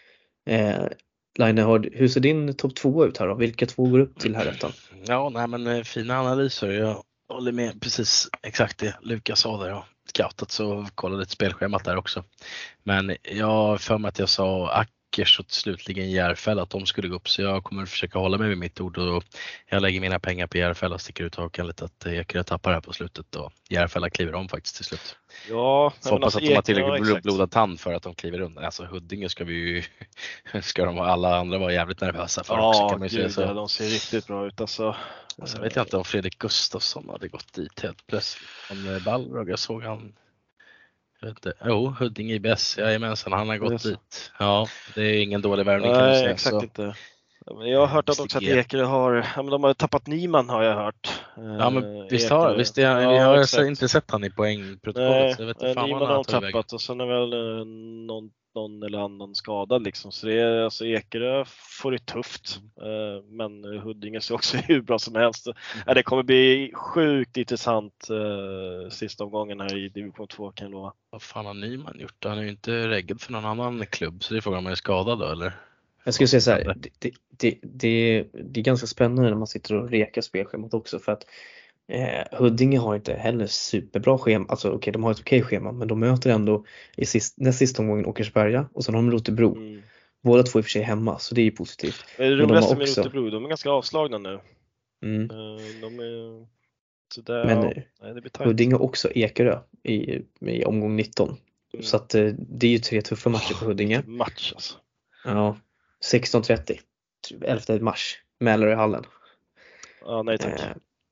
Eh, Line, har, hur ser din topp två ut här då? Vilka två går upp till här ettan? Ja, nej men fina analyser. Jag håller med precis exakt det Lukas sa där. Jag har scoutat så kollade ett spelschemat där också. Men jag för mig att jag sa Ackers och slutligen Järfälla att de skulle gå upp så jag kommer försöka hålla mig vid mitt ord och jag lägger mina pengar på Järfälla och sticker ut hakan lite att Ekerö tappar här på slutet och Järfälla kliver om faktiskt till slut. Ja, så hoppas alltså, att de har tillräckligt ja, blodad tand för att de kliver undan. Alltså Huddinge ska vi ju, ska de alla andra vara jävligt nervösa för ja, också kan man ju gud, säga så. Ja, de ser riktigt bra ut alltså. Alltså, jag vet inte om Fredrik Gustafsson hade gått dit helt plötsligt. Om Balrog, jag såg han. Jag vet inte. Jo, Huddinge I B S. Jajamensan, han har gått dit. Ja, det är ingen dålig värvning kan du säga. Nej, exakt så. inte. Jag har hört att också att Ekerö har, ja, men de har tappat Nyman har jag hört. Ja, men visst har, visst är, ja, vi har exakt. inte sett han i poängprotokollet. Så jag vet inte fan Nyman vad har han de tagit tappat vägen. och sen är väl någon, någon eller annan skadad liksom. Så det är alltså Ekerö får det tufft. Mm. Men Huddinge ser också hur bra som helst. Mm. Det kommer bli sjukt intressant uh, sista omgången här i division två kan jag lova. Vad fan har Nyman gjort? Han är ju inte reggad för någon annan klubb så det är frågan om han är skadad då eller? Jag skulle säga så här, det, det, det, det, det är ganska spännande när man sitter och rekar spelschemat också för att eh, Huddinge har inte heller superbra schema, alltså okej okay, de har ett okej schema men de möter ändå i sist, näst sista omgången Åkersberga och sen har de Rotebro. Mm. Båda två i och för sig hemma så det är ju positivt. Det är det roligaste med Rotebro, de är ganska avslagna nu. Mm. De är så där, men ja, nej, det blir tajt. Huddinge också Ekerö i, i omgång nitton. Mm. Så att det är ju tre tuffa matcher för Huddinge. Match alltså. Ja. sexton trettio elfte mars Mälaröhallen. Ja, nej tack.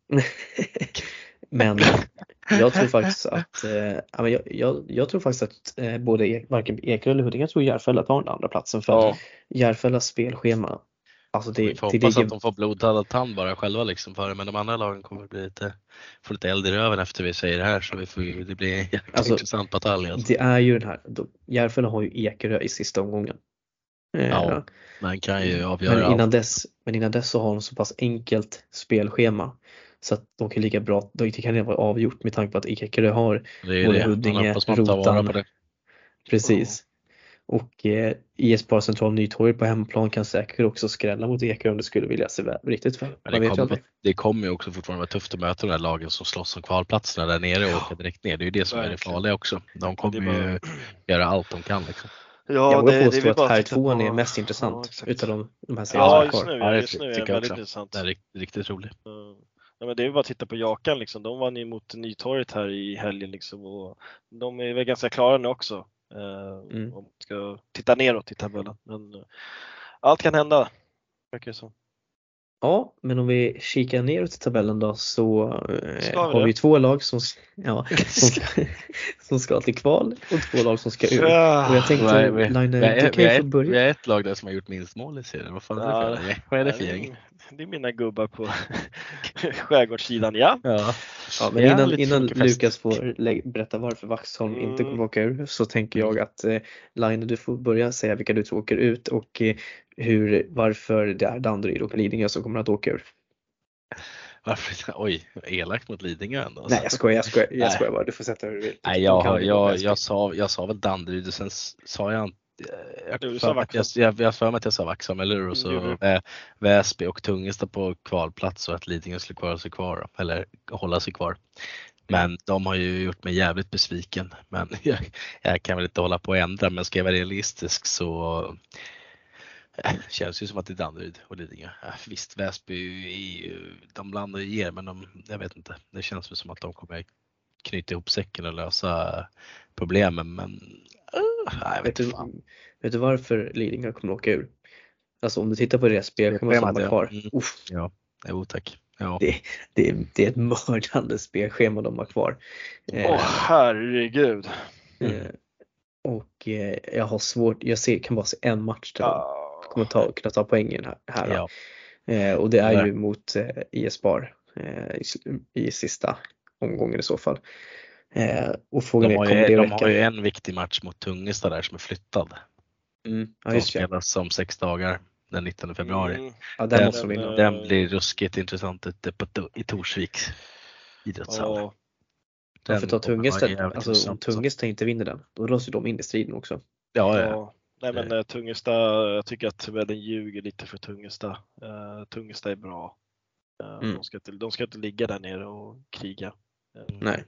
Men jag tror faktiskt att äh, jag, jag, jag tror faktiskt att äh, både e, varken Ekerö eller Huddinge, jag tror Järfälla tar den andra platsen för ja. Järfällas spelschema. Alltså det, vi får det hoppas ligger... att de får blodad tand bara själva liksom för det, men de andra lagen kommer bli lite, få lite eld i röven efter vi säger det här så vi får, det blir en alltså, intressant batalj. Alltså. Det är ju den här, Järfälla har ju Ekerö i sista omgången. Ja, man kan ju avgöra men innan allt. Dess, men innan dess så har de så pass enkelt spelschema så att de kan lika bra, de kan redan vara avgjort med tanke på att Ekerö har både Huddinge, Rotan. Precis. Ja. Och eh, I S P Central Nytorget på hemmaplan kan säkert också skrälla mot Ekerö om det skulle vilja se riktigt för. Men det, kommer, det kommer ju också fortfarande vara tufft att möta de här lagen som slåss om kvalplatserna där nere och åka direkt ner. Det är ju det som är det farliga också. De kommer bara... ju göra allt de kan liksom. Ja, jag vågar påstå att här tvåan är mest intressant ja, utav de, de här serierna ja, just nu, ja, just nu är det väldigt också. Intressant. Det är riktigt, riktigt roligt. Ja, men det är bara att titta på Jakan liksom. De vann ju mot Nytorget här i helgen liksom och de är väl ganska klara nu också. Mm. Om man ska titta neråt i tabellen. Men uh, allt kan hända. Verkar så. Ja, men om vi kikar neråt i tabellen då så uh, har vi två lag som, ja, som, ska, som ska till kval och två lag som ska ur. Ja. Och jag tänkte, vi, Line, vi, du kan ju få börja. Vi har ett lag där som har gjort minst mål i serien. Vad fan är det för? Ja, vad är det för gäng? Det är mina gubbar på skärgårdssidan, ja. Ja, ja men innan, innan Lukas får lä- berätta varför Vaxholm mm. inte kommer åka ur så tänker jag att eh, Line, du får börja säga vilka du tror åker ut och eh, hur, varför det är Danderyd och Lidingö som kommer att åka ur. Varför? Oj, elakt mot Lidingö ändå. Nej, jag skojar, jag skojar, jag skojar bara. Du får sätta hur du vill. Nej, jag, jag, jag, jag, sa, jag sa väl Danderyd och sen sa jag Jag Du har sa för mig att jag, Vaxholm. jag, jag har för mig att jag sa Vaxholm, eller hur? Och Mm, så gjorde Vä- Väsby och Tungesta på kvalplats och att Lidingö skulle kvala sig kvar då, eller hålla sig kvar. Men de har ju gjort mig jävligt besviken. Men jag, jag kan väl inte hålla på att ändra, men ska jag vara realistisk så äh, känns ju som att det är Danderyd och Lidingö. Äh, visst, Väsby är ju, de blandar ju er, men de, jag vet inte. Det känns väl som att de kommer knyta ihop säcken och lösa problemen, men uh, jag vet, Vet du, fan. vet du varför Lidingö kommer åka ur? Alltså om du tittar på deras spelschema som de har kvar. Mm. Uff, Ja, jo tack. Ja. det, det, det är ett mördande spelschema de har kvar. Åh oh, herregud. Eh, och eh, jag har svårt, jag ser, kan bara se en match där de Oh. kommer ta, kunna ta poängen här. här Ja. eh, och det är Ja. ju mot eh, I S Bar eh, i, i sista omgången i så fall. Eh, och frågan De är, har, kommer ju, det de räcka? har ju en viktig match mot Tungesta där som är flyttad. Mm, ja, De just det. spelas om sex dagar den nittonde februari. Mm. Ja, den Den, måste de vinna. den blir ruskigt intressant ute på, i Torsvik idrottshall. Oh. Ja, för ta Tungesta, alltså om intressant. Tungesta inte vinner den, då dras ju de in i striden också. Ja, ja. Ja. Nej men uh, Tungesta, jag tycker att tabellen ljuger lite för Tungesta. Uh, Tungesta är bra. Uh, Mm. de, ska inte, de ska inte ligga där nere och kriga. Uh, Nej.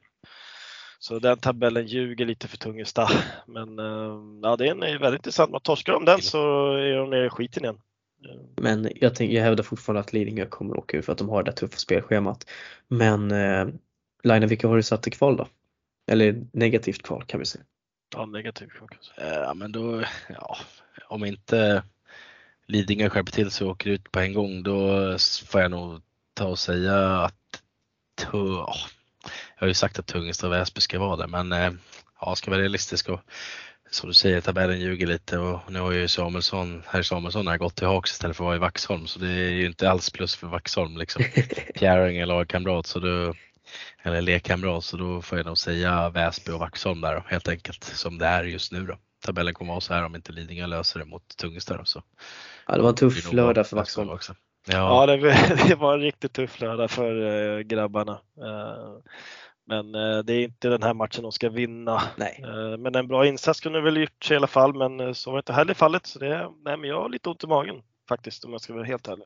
Så den tabellen ljuger lite för Tungesta. Men uh, ja, det är en väldigt intressant. Man torskar om den så är de nere i skiten igen. Uh. Men jag, tänk, jag hävdar fortfarande att Lidingö kommer åka ur för att de har det där tuffa spelschemat. Men eh, Laina, vilka har du satt i kval då? Eller negativt kval kan vi säga. Ja, negativt kanske. Ja, men då, ja, om inte Lidingö skärper till sig och åker ut på en gång, då får jag nog ta och säga att oh, jag har ju sagt att Tungesta och Väsby ska vara där, men ja, ska vara realistisk och som du säger, tabellen ljuger lite och nu har ju Samuelsson, herr Samuelsson har gått till Haks istället för att vara i Vaxholm, så det är ju inte alls plus för Vaxholm liksom. Fjärring är lagkamrat, så då, eller lekkamrat, så då får jag nog säga Väsby och Vaxholm där då, helt enkelt, som det är just nu då. Tabellen kommer vara så här om inte Lidingö löser det mot Tungesta då, så. Ja, det var en tuff lördag för Vaxholm också. Ja, Ja, ja det, det var en riktigt tuff lördag för uh, grabbarna. Uh, men uh, det är inte den här matchen de ska vinna. Nej. Uh, men en bra insats kunde väl gjort i alla fall, men uh, så var inte heller fallet. Så det, nej, men jag har lite ont i magen faktiskt, om jag ska vara helt ärlig.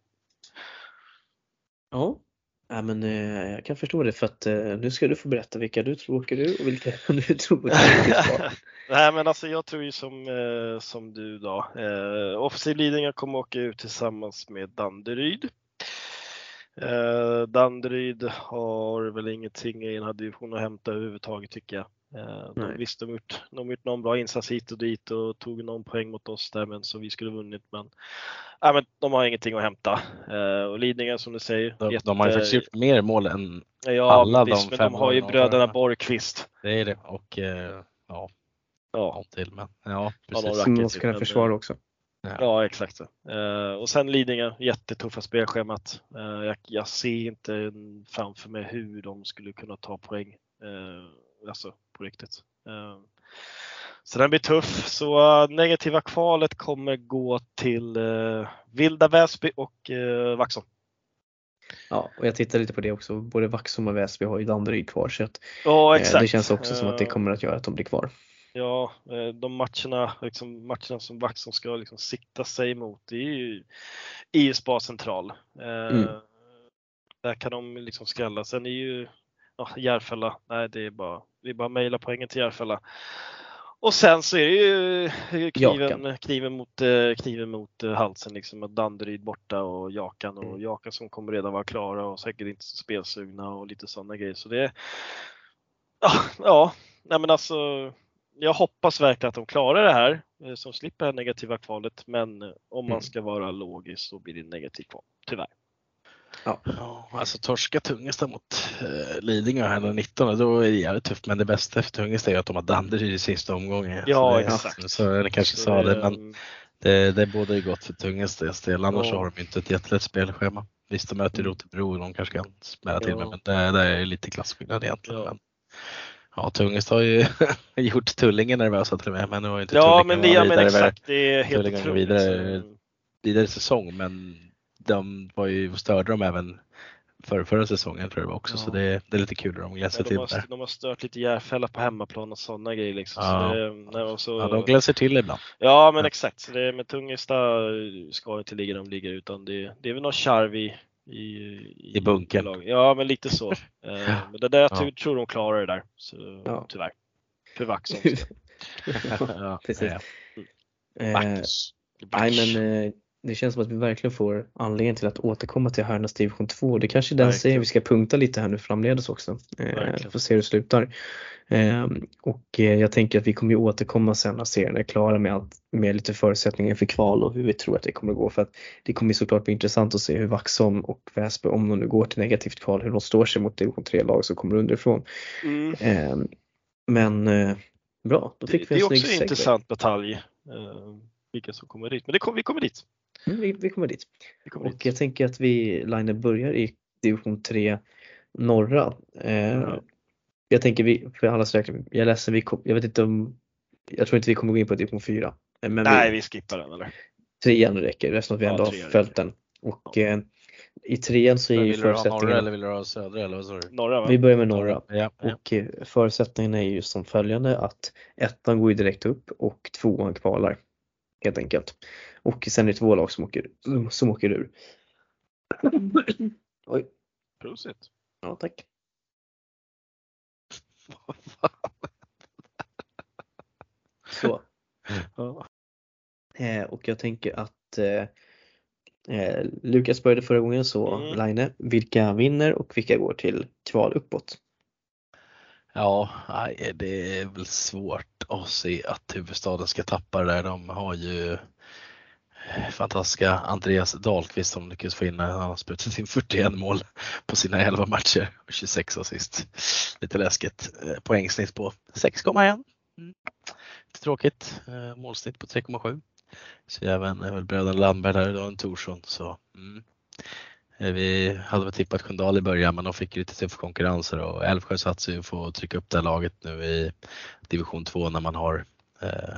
Ja, ja men eh, jag kan förstå det, för att eh, nu ska du få berätta vilka du tror åker du och vilka du tror åker kvar. Nej, men alltså jag tror ju som, eh, som du då. Eh, Offensiv Lidingö kommer åka ut tillsammans med Danderyd. Eh, Danderyd har väl ingenting i den här divisionen att hämta överhuvudtaget tycker jag. Eh, de Nej. visste de gjort, de gjort någon bra insats hit och dit och tog någon poäng mot oss där, men som vi skulle vunnit. Men, äh, men de har ingenting att hämta. Eh, och Lidingö som du säger. de, jätte, de har ju faktiskt gjort mer mål än ja, alla men de visst, men fem de har ju åren bröderna förra. Borgqvist. Det är det, och eh, ja, Ja, någon till, men ja, Ja, någon precis. Som racket måste kunna men, försvara också. Ja, exakt. Uh, och sen Lidingö, jättetuffa spelschemat. Uh, jag, jag ser inte framför mig hur de skulle kunna ta poäng. Uh, alltså på riktigt. Uh, så den blir tuff. Så uh, negativa kvalet kommer gå till uh, Vilda Väsby och uh, Vaxholm. Ja, och jag tittar lite på det också. Både Vaxholm och Väsby har ju Danderyd kvar, så att, Ja, eh, exakt. det känns också som att det kommer att göra att de blir kvar. Ja, de matcherna, liksom matcherna som Vaxholm ska liksom sikta sig mot, det är ju I S Bar central. Mm. Eh, där kan de liksom skrälla. Sen är ju ja, Järfälla, nej det är bara, det är bara mejla poängen till Järfälla. Och sen så är det ju kniven, kniven mot, kniven mot halsen liksom, att Danderyd borta och Jakan och Mm. Jakan som kommer redan vara klara och säkert inte så spelsugna och lite sådana grejer. Så det ja, ja, nej men alltså jag hoppas verkligen att de klarar det här, som slipper det här negativa kvalet, men om man Mm. ska vara logisk så blir det negativt kval, tyvärr. Ja. Ja, alltså torska Tungesta mot eh, Lidingö här den nittonde, då är det jävligt tufft, men det bästa för Tungesta är att de har Danderyd i sista omgången. Ja, så det, exakt. Så jag kanske Så, sa det, men um, det, det borde ju gott för Tungestas del, annars Ja. har de inte ett jättelätt spelschema. Visst, de möter Mm. Rotebro och de kanske kan smälla till Ja. med, men det, det är lite klasskillnad egentligen. Ja. Men, ja, Tungesta har ju gjort Tullingen nervösa till och med, men nu har ju inte ja, Tullingen men, ja, varit men vidare, exakt, det är helt Tullingen går otroligt. vidare. Så- vidare säsong, men de var ju, störde de även för förra säsongen tror jag det var också, Ja. så det, det är lite kul att de glänser Ja, de, till har, där. de har stört lite Järfälla på hemmaplan och sådana grejer liksom. Ja. Så det, nej, och så, Ja, de glänser till ibland. ja men Ja. exakt, så det, med Tungesta ska inte ligga där de ligger, utan det, det är väl någon charv i, i, i, I bunkern. laget. Ja men lite så. Eh, men det där, jag tror, Ja. tror de klarar det där. Så, Ja. tyvärr. För Vax Ja, precis. ja. Eh, Vax. nej men eh, det känns som att vi verkligen får anledning till att återkomma till Härnas division två. Det kanske är den Verkligen. serien vi ska punkta lite här nu framledes också. Eh, Verkligen. får se hur det slutar. Eh, och eh, jag tänker att vi kommer ju återkomma sen när serien är klara med, allt, med lite förutsättningar för kval och hur vi tror att det kommer gå. För att det kommer ju såklart bli intressant att se hur Vaxholm och Väsby, om de nu går till negativt kval, hur de står sig mot division tre-lag som kommer underifrån. Mm. Eh, men eh, bra, då fick Det, vi det en är snygg också en segway. intressant detalj. Eh, vilka som kommer dit. Men det kom, vi kommer dit. Mm, vi, vi kommer dit. Vi kommer Och dit. jag tänker att vi, Line, börjar i division tre norra. Eh, Ja. Jag tänker vi, för alla räkning, jag läser, vi kom, jag vet inte om, jag tror inte vi kommer gå in på division fyra. Men Nej, vi, vi skippar den eller? trean räcker, resten av vi Ja, ändå har trean följt den. Och eh, i trean så är Men ju vill du ha norra förutsättningarna, eller vill du ha södra eller vad sa du? Norra va? vi börjar med norra. Ja, ja. Och eh, förutsättningarna är ju som följande att ettan går ju direkt upp och tvåan kvalar. Helt enkelt. Och sen är det två lag som åker, som åker ur. Oj. Prosit. Ja, tack. Så. Ja. Eh, och jag tänker att eh, eh, Lukas började förra gången, så Mm. Line, vilka vinner och vilka går till kval uppåt? Ja, nej, det är väl svårt att se att huvudstaden ska tappa det där. De har ju fantastiska Andreas Dahlqvist som lyckas få in, han har sprutat in fyrtioen mål på sina elva matcher och tjugosex assist. Lite läskigt. Poängsnitt på sex komma ett. Mm. Lite tråkigt. Målsnitt på tre komma sju. Så även väl bröderna Landberg där och en Torsson. Så mm. Vi hade väl tippat Sköndal i början, men de fick ju lite tuff konkurrenser och Älvsjö satt sig för att trycka upp det här laget nu i division två när man har eh,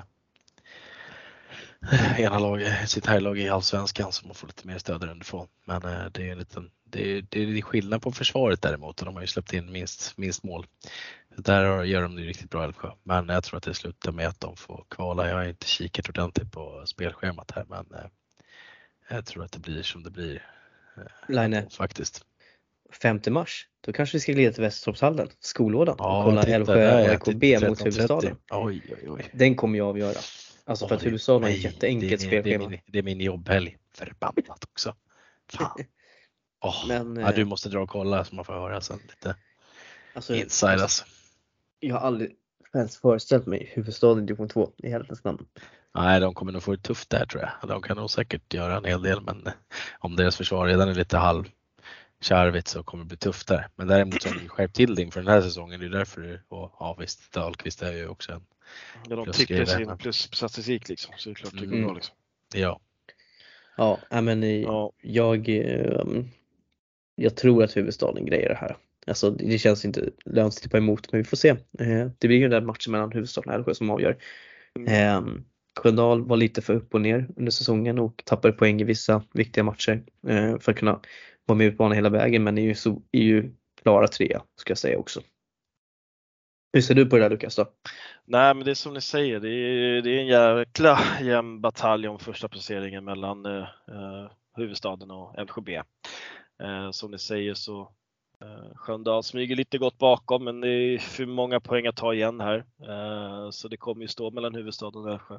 ena laget, sitt här lag i allsvenskan, så man får lite mer stöd underifrån. Men eh, det är en liten, det är, det är skillnad på försvaret däremot, och de har ju släppt in minst, minst mål. Där gör de det riktigt bra, Älvsjö. Men jag tror att det slutar med att de får kvala. Jag har inte kikat ordentligt på spelschemat här, men eh, jag tror att det blir som det blir. Line, faktiskt. femte mars, då kanske vi ska glida till Västertorpshallen, skolådan, Ja, och kolla titta, Älvsjö där, A I K B mot huvudstaden. Oj, oj, oj. Den kommer jag avgöra. Alltså för att huvudstaden har ett Nej, jätteenkelt det är min- spelschema. Det är min, det är min jobbhelg. Förbannat också. Fan. Oh, Men, ja, du eh, måste dra och kolla så man får höra sen lite Alltså, inside alltså. jag har aldrig ens föreställt mig huvudstaden i division två i helvetens namn. Nej, de kommer nog få det tufft där tror jag. De kan nog säkert göra en hel del, men om deras försvar redan är lite halv kärvigt så kommer det bli tufft där. Men däremot så har de skärpt till det inför den här säsongen. Det är därför det, och ja visst, Dahlqvist är ju också en Ja, de plus tippar grej sin där. plus statistik liksom, så det är klart det går Mm. bra liksom. Ja. Ja, nej, men i, Ja. jag, eh, jag tror att huvudstaden grejer det här. Alltså det känns inte lönt att tippa emot, men vi får se. Eh, det blir ju den där matchen mellan huvudstaden och Älvsjö som avgör. Eh, Sköndal var lite för upp och ner under säsongen och tappade poäng i vissa viktiga matcher eh, för att kunna vara med ut på banan hela vägen, men är ju, så, är ju klara trea, ska jag säga också. Hur ser du på det där, Lukas då? Nej, men det är som ni säger, det är, det är en jäkla jämn batalj om första placeringen mellan eh, huvudstaden och Älvsjö B. Eh, som ni säger så eh, Sköndal smyger lite gott bakom, men det är för många poäng att ta igen här. Eh, så det kommer ju stå mellan huvudstaden och Älvsjö.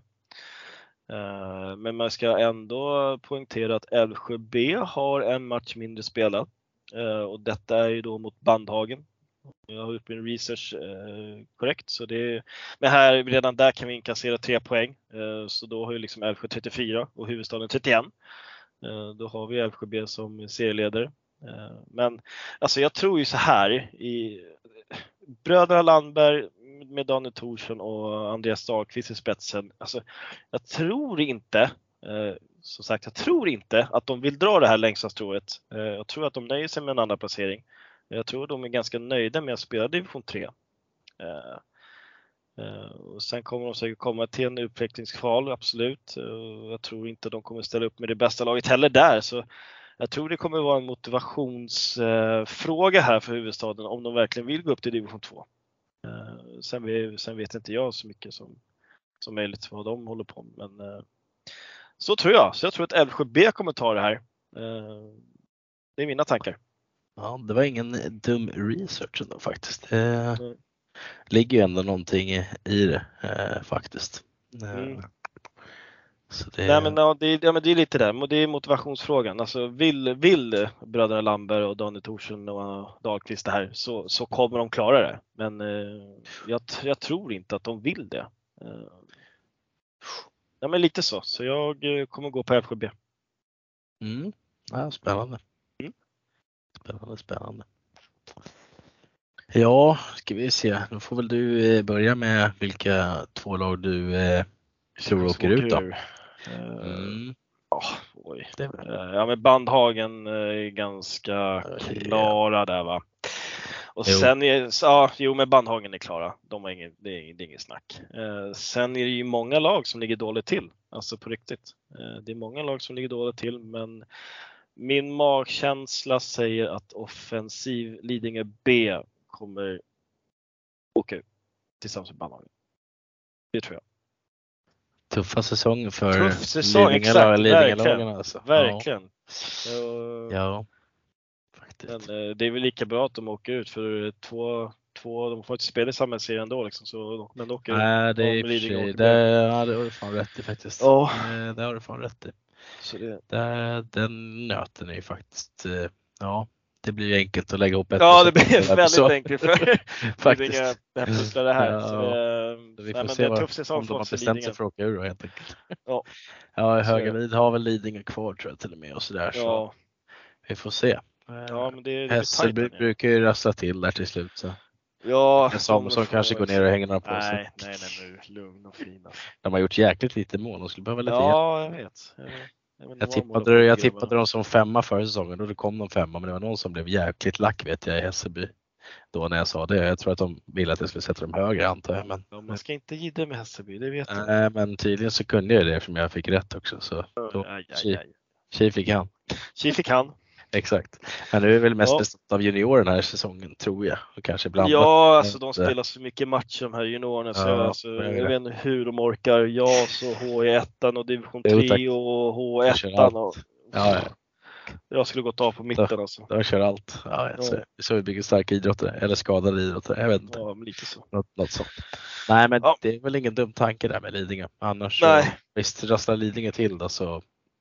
Eh, men man ska ändå poängtera att Älvsjö B har en match mindre spelad. Eh, och detta är ju då mot Bandhagen. Jag har gjort min research eh, korrekt, så det, men här redan där kan vi inkassera tre poäng. Eh, så då har ju liksom Älvsjö trettiofyra och huvudstaden trettioen. Eh, då har vi Älvsjö B som serieledare. Eh, men alltså jag tror ju så här, i bröderna Landberg med Daniel Torsson och Andreas Dahlqvist i spetsen. Alltså, jag tror inte, eh, som sagt, jag tror inte att de vill dra det här längsta strået. Eh, jag tror att de nöjer sig med en andra placering. Jag tror att de är ganska nöjda med att spela division tre. Eh, eh, och sen kommer de säkert komma till en utvecklingskval, absolut. Eh, jag tror inte de kommer ställa upp med det bästa laget heller där. Så jag tror det kommer vara en motivationsfråga här för huvudstaden om de verkligen vill gå upp till division två. Sen, vi, sen vet inte jag så mycket som, som möjligt vad de håller på med. Men så tror jag. Så jag tror att Älvsjö B kommer ta det här. Det är mina tankar. Ja, det var ingen dum research ändå faktiskt. Det mm. ligger ju ändå någonting i det eh, faktiskt. Mm. Så det... Nej, men, ja, det, är, ja, men det är lite där. Det är motivationsfrågan. Alltså, vill, vill bröderna Lamberg och Daniel Thorsen och Dahlqvist det här så, så kommer de klara det. Men eh, jag, jag tror inte att de vill det. Eh, ja, men lite så. Så jag kommer gå på Älvsjö B. Mm. Ja, spännande. Mm. Spännande, spännande. Ja, ska vi se. Då får väl du börja med vilka två lag du eh, tror åker ut då. Mm. Oh, oj. Ja, men Bandhagen är ganska klara där va. Och jo. sen är ja, jo men Bandhagen är klara. De har ingen, det är inget, det är inget snack. Eh, sen är det ju många lag som ligger dåligt till. Alltså på riktigt. Eh, det är många lag som ligger dåligt till, men min magkänsla säger att offensiv Lidingö B kommer åka ut tillsammans med Bandhagen. Det tror jag. Tuffa säsong för Tuff säsong, exakt, verkligen. Alltså. Verkligen. Ja. ja, faktiskt. Men eh, det är väl lika bra att de åker ut för två, två de får inte spela i samma serie ändå liksom, så men åker Nej, det är de sig, det, ja, det har du fan rätt i faktiskt. Ja. Det, det har du fan rätt i. Så det... det, den nöten är ju faktiskt, ja, det blir ju enkelt att lägga ihop ett. Ja, det blir väldigt enkelt för faktiskt. Det pusslar det här. Ja, så det, vi får nej, se vad, tuff säsong om de har bestämt sig för att åka ur då, helt enkelt. Ja. Ja, Högalid har väl Lidingö kvar tror jag till och med och sådär. Ja. Så vi får se. Ja, men det, det Hässel brukar ju rassla till där till slut. Så. Ja, Samuelsson kanske går ner och hänger några på nej, sig. Nej, nej, nu lugn och fin. Alltså. De har gjort jäkligt lite mål. De skulle behöva lite Ja, hjälp. Jag vet. Jag, jag, jag tippade, jag tippade dem som femma förra säsongen och då kom de femma, men det var någon som blev jäkligt lack vet jag i Hässelby. Då när jag sa det. Jag tror att de ville att jag skulle sätta dem högre antar jag. Men... Ja, man ska inte gidra med Hässelby, det vet jag. Nej, men tydligen så kunde jag det eftersom jag fick rätt också. Så då, aj, aj, aj. Tji fick han. Tji fick han. Exakt. Men nu är väl mest ja. bestämt av juniorerna den här säsongen tror jag. Och kanske blandat. Ja, alltså de spelar så mycket matcher de här juniorerna. Så ja, alltså, jag vet inte hur de orkar. Ja, så H I ett och division tre och H ett. Och... Ja, ja. Jag skulle gått av på mitten då, alltså. De kör allt. Ja, jag ser. Så vi bygger starka idrottare eller skadade idrottare. Jag vet inte. Ja, lite så. Något, något sånt. Nej, men ja. det är väl ingen dum tanke där med Lidingö. Annars Nej. så, visst rasslar Lidingö till då så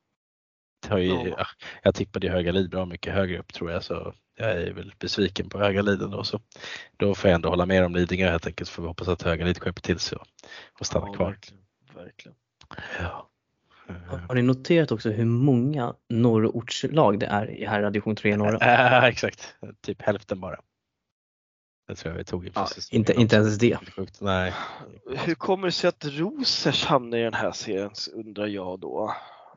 har ju, ja. Jag tippade ju Högalid bra mycket högre upp tror jag, så jag är väl besviken på Högaliden då, så då får jag ändå hålla med om Lidingö helt enkelt, för vi hoppas att Högalid skärper till sig och får stanna ja, kvar. Verkligen. verkligen. Ja. Har, har ni noterat också hur många norrortslag det är i här division tre norra? Ja, exakt. Typ hälften bara. Det tror jag vi tog i ja, inte, inte ens det. Nej. Hur kommer det sig att Rosers hamnar i den här serien, undrar jag då?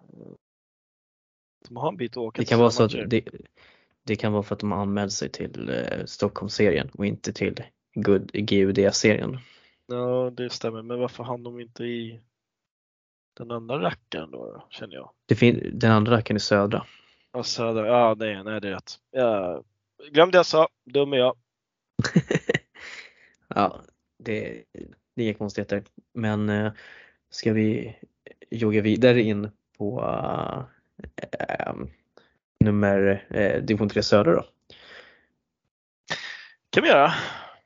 De har en bit att åka. Det kan vara så att det, det kan vara för att de har anmält sig till eh, Stockholmsserien och inte till G U D-serien. Ja, det stämmer. Men varför hann de inte i den andra rackaren då, känner jag? Det fin- den andra rackaren är södra. Ja, södra. Ja, nej, nej, det är rätt. Ja, glömde jag sa, dum är jag. Ja, det, det är inga konstigheter. Men eh, ska vi jogga vidare in på eh, nummer eh, division tre södra då? Kan vi göra.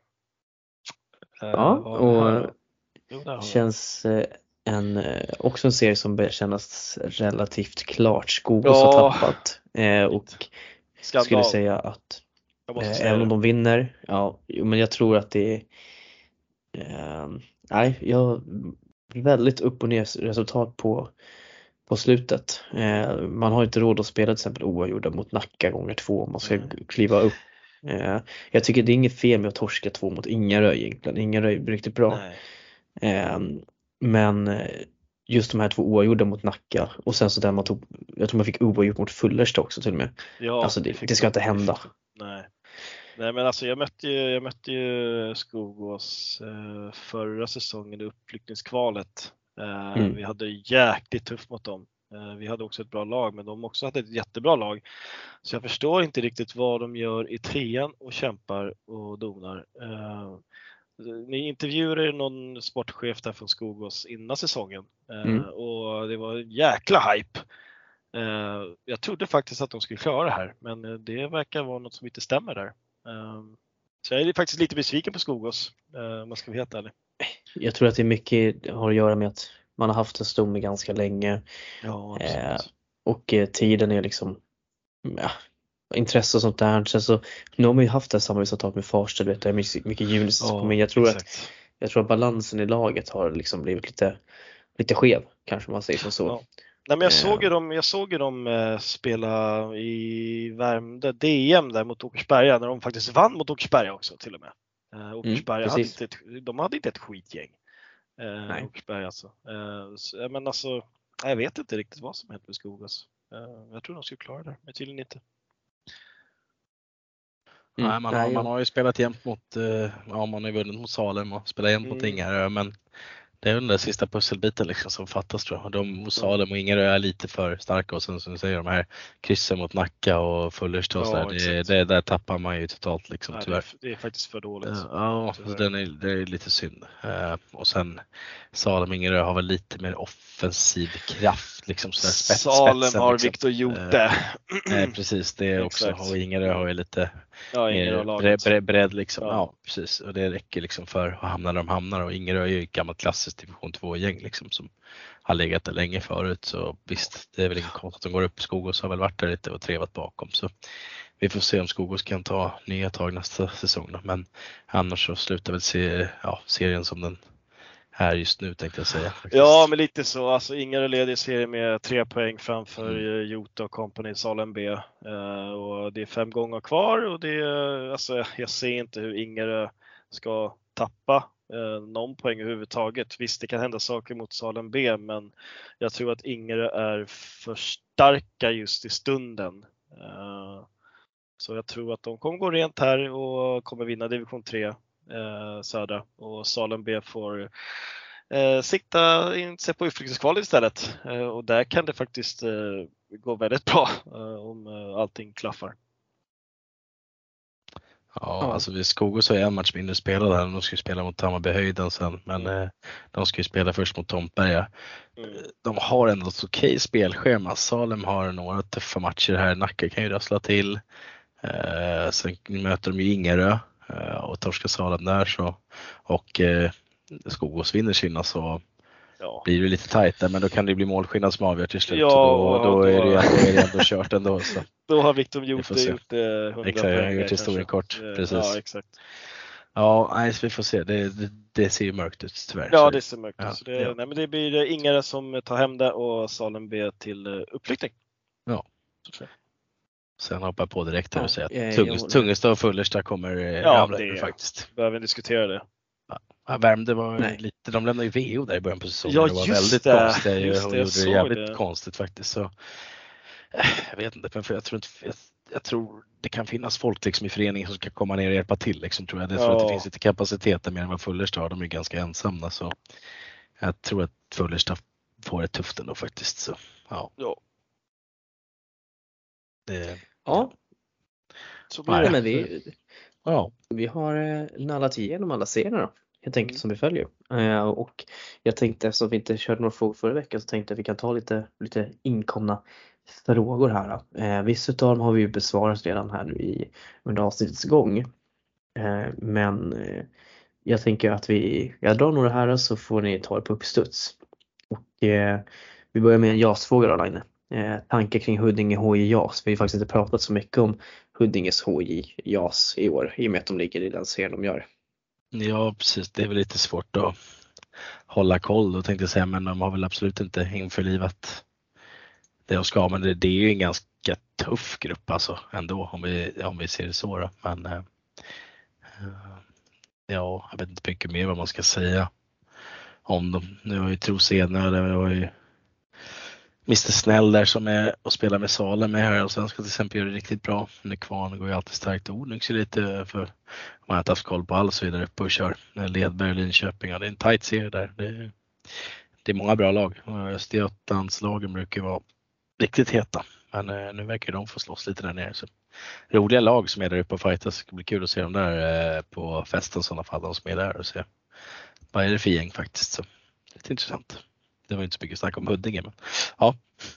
Ja, och jo, känns eh, en, eh, också en serie som börjar kännas relativt klart. Skogås ja. har tappat eh, och Skandal. Skulle säga att eh, säga även om de vinner, ja, men jag tror att det är eh, nej, jag väldigt upp och ner resultat på på slutet. Eh, man har inte råd att spela till exempel oavgjorda mot Nacka gånger två om man ska mm. kliva upp. Eh, jag tycker det är inget fel med att torska två mot Ingarö egentligen. Ingarö är riktigt bra. Eh, men just de här två oavgjorda mot Nacka och sen så där man tog, jag tror man fick oavgjort mot Fullersta också till och med. Ja, alltså det, det ska inte hända. Nej. Nej, men alltså jag mötte ju, jag mötte ju Skogås eh, förra säsongen i uppflyttningskvalet. Eh, mm. Vi hade jäkligt tufft mot dem. Vi hade också ett bra lag, men de också hade ett jättebra lag. Så jag förstår inte riktigt vad de gör i trean och kämpar och donar. Ni intervjuade någon sportchef där från Skogås innan säsongen mm. och det var en jäkla hype. Jag trodde faktiskt att de skulle klara det här, men det verkar vara något som inte stämmer där. Så jag är faktiskt lite besviken på Skogås, om man ska vara helt ärlig. Jag tror att det är mycket har att göra med att man har haft en stomme ganska länge. Ja, eh, och eh, tiden är liksom ja, intresse och sånt där. Sen så, nu har man ju haft det samarbetsavtal med Farsta, vet, det är mycket, mycket junior, men jag tror exakt. att jag tror att balansen i laget har liksom blivit lite, lite skev, kanske man säger som så. Ja. Nej, men jag såg ju dem, jag såg ju dem eh, spela i Värmdö D M där mot Åkersberga, när de faktiskt vann mot Åkersberga också till och med. Eh, Åkersberga mm, hade inte ett, de hade inte ett skitgäng. Eh, Åkersberga alltså. Eh, så, men alltså, jag vet inte riktigt vad som hänt med Skogås. Eh, jag tror de skulle klara det, men tydligen inte. Mm. Nej, man, har, man har ju spelat jämt mot, eh, ja, man har ju vunnit mot Salem och spelat jämt mm. mot Ingarö, men det är den där sista pusselbiten liksom som fattas, tror jag. De mot Salem och Ingarö är lite för starka, och sen som du säger, de här kryssen mot Nacka och Fullersta och ja, sådär, det, det, där tappar man ju totalt liksom. Nej, tyvärr. Det är faktiskt för dåligt. Ja, ja den är, det är lite synd. Uh, och sen Salem och Ingarö har väl lite mer offensiv kraft liksom, sådär spets, Salem spetsen, har liksom. Victor Jute. Uh, nej, precis, det är också. Och Ingarö har ju lite ja, bredd, bredd, bredd liksom. Ja. Ja, precis. Och det räcker liksom för att hamna där de hamnar, och Ingarö är ju ett gammalt klassiskt division två-gäng liksom, som har legat där länge förut, så visst, det är väl ingen konstigt att de går upp. Skogås har väl varit där lite och trevat bakom, så vi får se om Skogås kan ta nya tag nästa säsong då. Men annars så slutar väl se, ja, serien som den här just nu, tänkte jag säga. Faktiskt. Ja, men lite så. Alltså, Ingarö leder serien med tre poäng framför mm. Jota och Company Salem B. Uh, och det är fem gånger kvar, och det är, alltså, jag ser inte hur Ingarö ska tappa eh, någon poäng överhuvudtaget. Visst, det kan hända saker mot Salem B, men jag tror att Ingarö är för starka just i stunden. Eh, så jag tror att de kommer gå rent här och kommer vinna division tre eh, södra, och Salem B får eh, sikta in sig på utflyktskvalet istället. Eh, och där kan det faktiskt eh, gå väldigt bra eh, om eh, allting klaffar. Ja, ja, alltså vi Skogås har ju en match mindre spelad här. De ska ju spela mot Hammarbyhöjden sen, men mm. eh, de ska ju spela först mot Tomtberga. Mm. De har ändå ett okej spelschema. Salem har några tuffa matcher här. Nacka kan ju rassla till. Eh, sen möter de ju Ingarö eh, och torska Salem där, så, och eh, Skogås vinner sina, så ja. Blir det lite tajt där, men då kan det bli målskillnad som avgör till slut. Ja, då, då, då, är det, då är det ändå kört ändå. Så. Då har Victor gjort det, gjort hundra exakt, poäng. Exakt, gjort historien kort. Precis. Ja, exakt. Ja, nej, vi får se. Det, det, det ser ju mörkt ut tyvärr. Ja, det ser mörkt ut. Ja, så det, ja. nej, men det blir Ingarö som tar hem det, och Salem B till uppflyttning. Ja. Så. Sen hoppar jag på direkt här och ja, säger att Tungesta, Tungesta och Fullersta kommer ja, ramla det faktiskt. Behöver vi diskutera det. Ja, Värmde var nej. lite, de lämnade ju V O där i början på säsongen. Ja, det var just väldigt det. konstiga just och det, gjorde det jävligt det. konstigt faktiskt. Så, jag vet inte, men för jag tror inte, jag, jag tror det kan finnas folk liksom i föreningen som ska komma ner och hjälpa till liksom, tror jag. Jag tror ja. att det finns lite kapacitet mer än vad Fullersta har. De är ganska ensamma, så jag tror att Fullersta får det tufft ändå faktiskt. Så, ja. Ja. Det, ja. Så blir det. Men vi, ja. vi har nallat igenom alla serierna då, helt enkelt, mm. som vi följer. Uh, och jag tänkte, eftersom vi inte körde några frågor förra veckan, så tänkte jag att vi kan ta lite, lite inkomna frågor här. Uh, vissa av dem har vi ju besvarat redan här nu i, under avsnittets gång. Uh, men uh, jag tänker att vi, jag drar några här, så får ni ta det på uppstuds. Och uh, vi börjar med en JAS-fråga då, Line. Eh, tankar kring Huddinge H J JAS. Vi har ju faktiskt inte pratat så mycket om Huddinges H J JAS i år, i och med att de ligger i den serien de gör. Ja, precis. Det är väl lite svårt att hålla koll, då tänkte jag säga, men de har väl absolut inte införlivat det de ska. Men det, det är ju en ganska tuff grupp alltså ändå, om vi, om vi ser det så då. Men eh, ja, jag vet inte mycket mer vad man ska säga om dem. Nu har ju Tros Ednö, det var ju mister Snäll där som är och spelar med Salem med här, och sen ska till exempel göra det riktigt bra. Nykvarn går ju alltid starkt. Onyx är lite, för man har inte haft koll på alls vidare, pushar Ledberg och Linköping. Ja, det är en tight serie där. Det, det är många bra lag. Östergötlandslagen brukar vara riktigt heta. Men nu verkar de få slåss lite där nere. Så roliga lag som är där uppe och fightas. Det ska bli kul att se dem där på festen i sådana fall. De som är där och se vad är det för gäng faktiskt. Så det är intressant. Det var inte så mycket snack om Huddinge, men ja.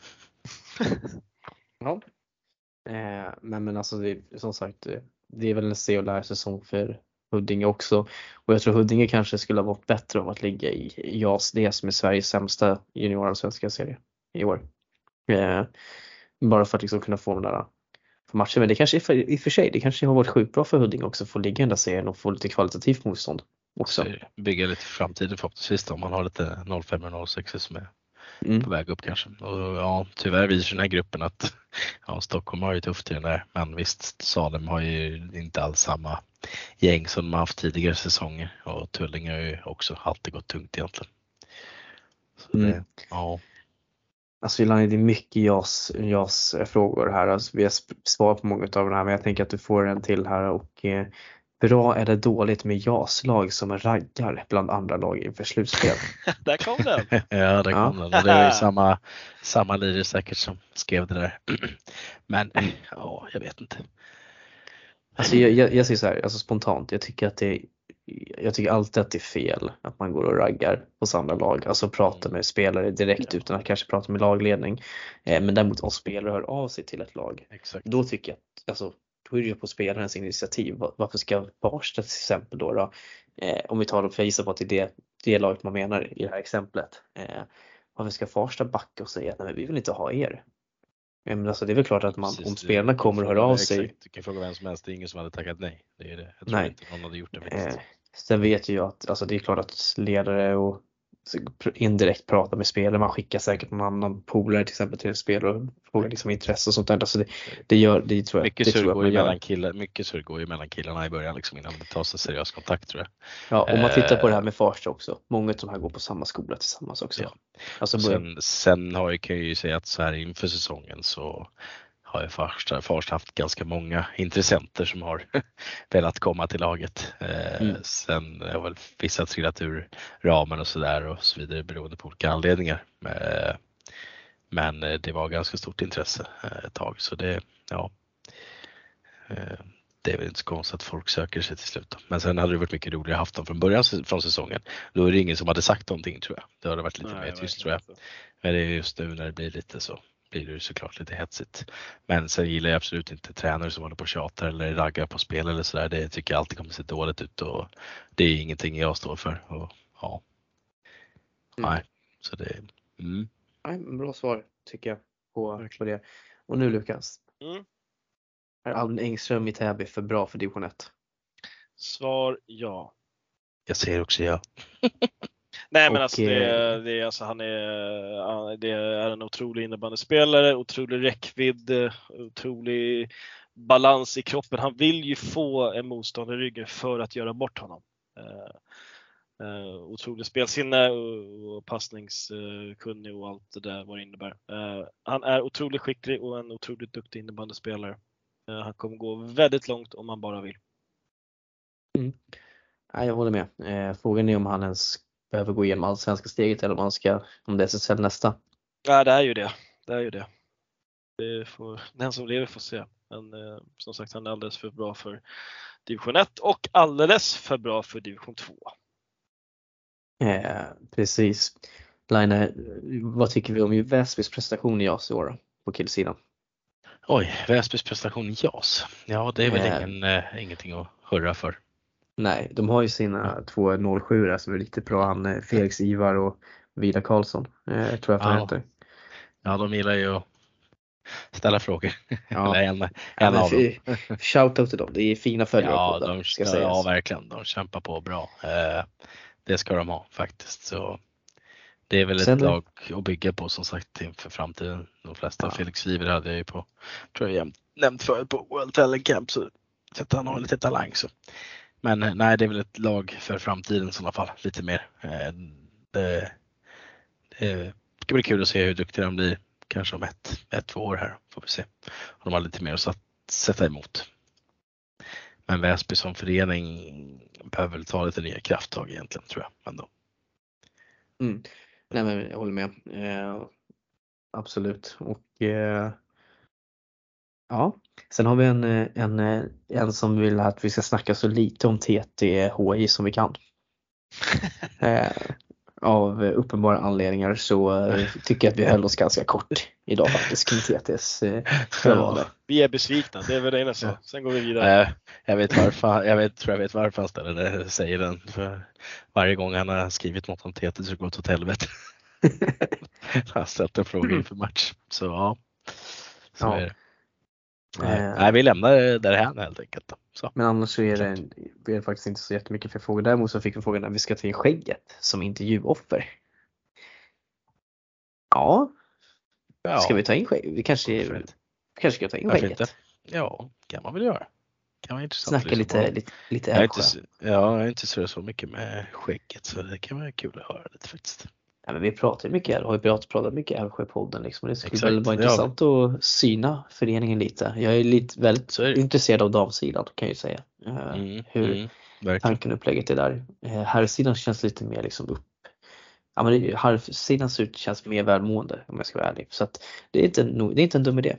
Ja. Eh, men, men alltså det, som sagt, det är väl en se och lära säsong för Huddinge också. Och jag tror Huddinge kanske skulle ha varit bättre om att ligga i J A S D som är Sveriges sämsta juniorallsvenska serie i år. Eh, bara för att liksom kunna få den där för matchen. Men det kanske för, i och för sig, det kanske har varit sjukt bra för Huddinge också att få ligga i den där serien och få lite kvalitativt motstånd också. Så bygga lite för framtiden förhoppningsvis om man har lite noll fem och noll sex som är mm. på väg upp kanske. Och ja, tyvärr visar den här gruppen att ja, Stockholm har ju tufft i den där, men visst, Salem har ju inte alls samma gäng som de har haft tidigare säsonger och Tullinge har ju också alltid gått tungt egentligen. Så mm. det, ja. Alltså det är mycket J A S, J A S-frågor här. Alltså vi har svar på många av de här, men jag tänker att du får en till här. Och eh, bra eller dåligt med J A S-lag som raggar bland andra lag inför slutspel? Där kom den! Ja, där kom ja. den. Och det är ju samma, samma lider säkert som skrev det där. Men ja, jag vet inte. Alltså jag, jag, jag säger så här, alltså spontant, jag tycker att det jag tycker alltid att det är fel att man går och raggar hos andra lag, alltså prata med spelare direkt ja. utan att kanske prata med lagledning, eh, men däremot om spelare hör av sig till ett lag, exakt. Då tycker jag att, alltså, då är det ju på spelarens initiativ. Varför ska Farsta till exempel då, då eh, om vi tar dem, för jag gissar på att det är det, det laget man menar i det här exemplet, eh, varför ska Farsta backa och säga att nej, men vi vill inte ha er? Men alltså det är väl klart att man, precis, om spelarna kommer och hör av sig. Exakt. Du kan fråga vem som helst, det är ingen som hade tackat nej. Det är det. Jag tror nej. inte någon hade gjort det faktiskt. Eh, sen vet jag att alltså det är klart att ledare och indirekt prata med spelare. Man skickar säkert någon annan polare till exempel till en spelare och frågar liksom intresse och sånt där. Alltså det, det gör det tror jag. Mycket det surr går ju gör. mellan killar, mycket surr går ju mellan killarna i början liksom innan det tas en seriös kontakt tror jag. Ja, om man tittar på det här med Farsta också. Många av de här går på samma skola tillsammans också. Ja. Alltså sen, sen har jag, kan jag ju säga att så här inför säsongen så har ju Farsta, Farsta haft ganska många intressenter som har velat komma till laget. Mm. Sen har väl vissa trillat ur ramen och så där och så vidare beroende på olika anledningar. Men det var ganska stort intresse ett tag så det, ja, det är väl inte så konstigt att folk söker sig till slut. Men sen hade det varit mycket roligare haft dem från början från säsongen. Då är det ingen som hade sagt någonting tror jag. Det hade varit lite Nej, mer tyst tror jag. Men det är just nu när det blir lite så. Blir det såklart lite hetsigt. Men sen gillar jag absolut inte tränare som håller på tjatar eller raggar på spel eller sådär. Det tycker jag alltid kommer se dåligt ut och det är ingenting jag står för. Och, ja. Mm. Nej, så det mm. Nej, bra svar tycker jag på, på det. Och nu Lukas. Mm. Är Albin Engström i Täby för bra för division ett? Svar ja. Jag säger också ja. Nej men och, alltså, det, det är, alltså han är, det är en otrolig innebandyspelare, otrolig räckvidd, otrolig balans i kroppen. Han vill ju få en motståndare i ryggen för att göra bort honom. Uh, uh, otrolig spelsinne och, och passningskunnig och allt det där vad det innebär. Uh, han är otroligt skicklig och en otroligt duktig innebandyspelare. Uh, han kommer gå väldigt långt om man bara vill. Mm. Ja, jag håller med. Uh, frågan är om han ens behöver gå igenom allsvenska steget eller om man ska, om det är S S L nästa. Ja, det är ju det. Det är ju det. Det får, den som lever får se. Men eh, som sagt, han är alldeles för bra för division ett och alldeles för bra för division två. Eh, precis. Line, vad tycker vi om Väsbys prestation i J A S i år på killsidan? Oj, Väsbys prestation i J A S. Ja, det är väl eh, ingen, eh, ingenting att hurra för. Nej, de har ju sina ja. två noll sju där som är riktigt bra. Han, Felix Ivar och Vida Karlsson, eh, tror jag att han ja. heter. Ja, de gillar ju att ställa frågor. Ja. Eller en, en ja, av dem. Shoutout till dem, det är fina följare ja, på de, ska ja, ja, verkligen. De kämpar på bra. Eh, det ska de ha faktiskt. Så det är väl Sen ett du... lag att bygga på som sagt inför framtiden. De flesta, ja. Felix Ivar hade jag ju på, tror jag nämnt förut på World Talent Camp, så att han har lite talang så. Men nej, det är väl ett lag för framtiden i sådana fall, lite mer. Det, det ska bli kul att se hur duktiga de blir, kanske om ett, ett två år här, får vi se. Och de har lite mer att sätta emot. Men Väsby som förening behöver väl ta lite nya krafttag egentligen, tror jag. Ändå. Mm. Nej, men jag håller med. Eh, absolut. Och eh, ja, sen har vi en, eh, en, eh, en som vill att vi ska snacka så lite om T T H I som vi kan. Eh, av uppenbara anledningar så eh, tycker jag att vi höll oss ganska kort idag faktiskt kring T T:s eh, förvaler. Vi är besvikna, det är väl det ena så. Sen går vi vidare. Jag, jag vet varför, jag vet, tror jag vet varför han ställer det, säger den. För varje gång han har skrivit något om T T så går det åt helvete. Han har ställt en fråga inför match. Så ja, så Ja. är det. Nej, Eh, nej, vi lämnar det därhän helt enkelt. Så. Men annars så är det, det är faktiskt inte så jättemycket för frågor. Däremot så fick vi frågan när vi ska ta in skägget som intervjuoffer. Ja, Ja, ska vi ta in skägget? Vi kanske, varför vi inte? kanske ska ta in Varför skägget. inte? Ja, kan man väl göra. Kan vara intressant. Snacka liksom. lite, lite, lite jag är Älvsjö. inte, så- ja, jag är inte så, så mycket med skägget så det kan vara kul att höra lite faktiskt. Ja, men vi pratar ju mycket, har ju pratat, pratat mycket Älvsjö-podden liksom. Det skulle Exakt, väl vara det har intressant att syna föreningen lite. Jag är lite väldigt Så är det. intresserad av damsidan kan jag ju säga. Eh, Mm, hur mm, verkligen. tanken och upplägget är där. Eh, herrsidan känns lite mer liksom upp. Ja, men det- herrsidan ser ut känns mer välmående om jag ska vara ärlig. Så att det är inte en, det är inte en dum idé.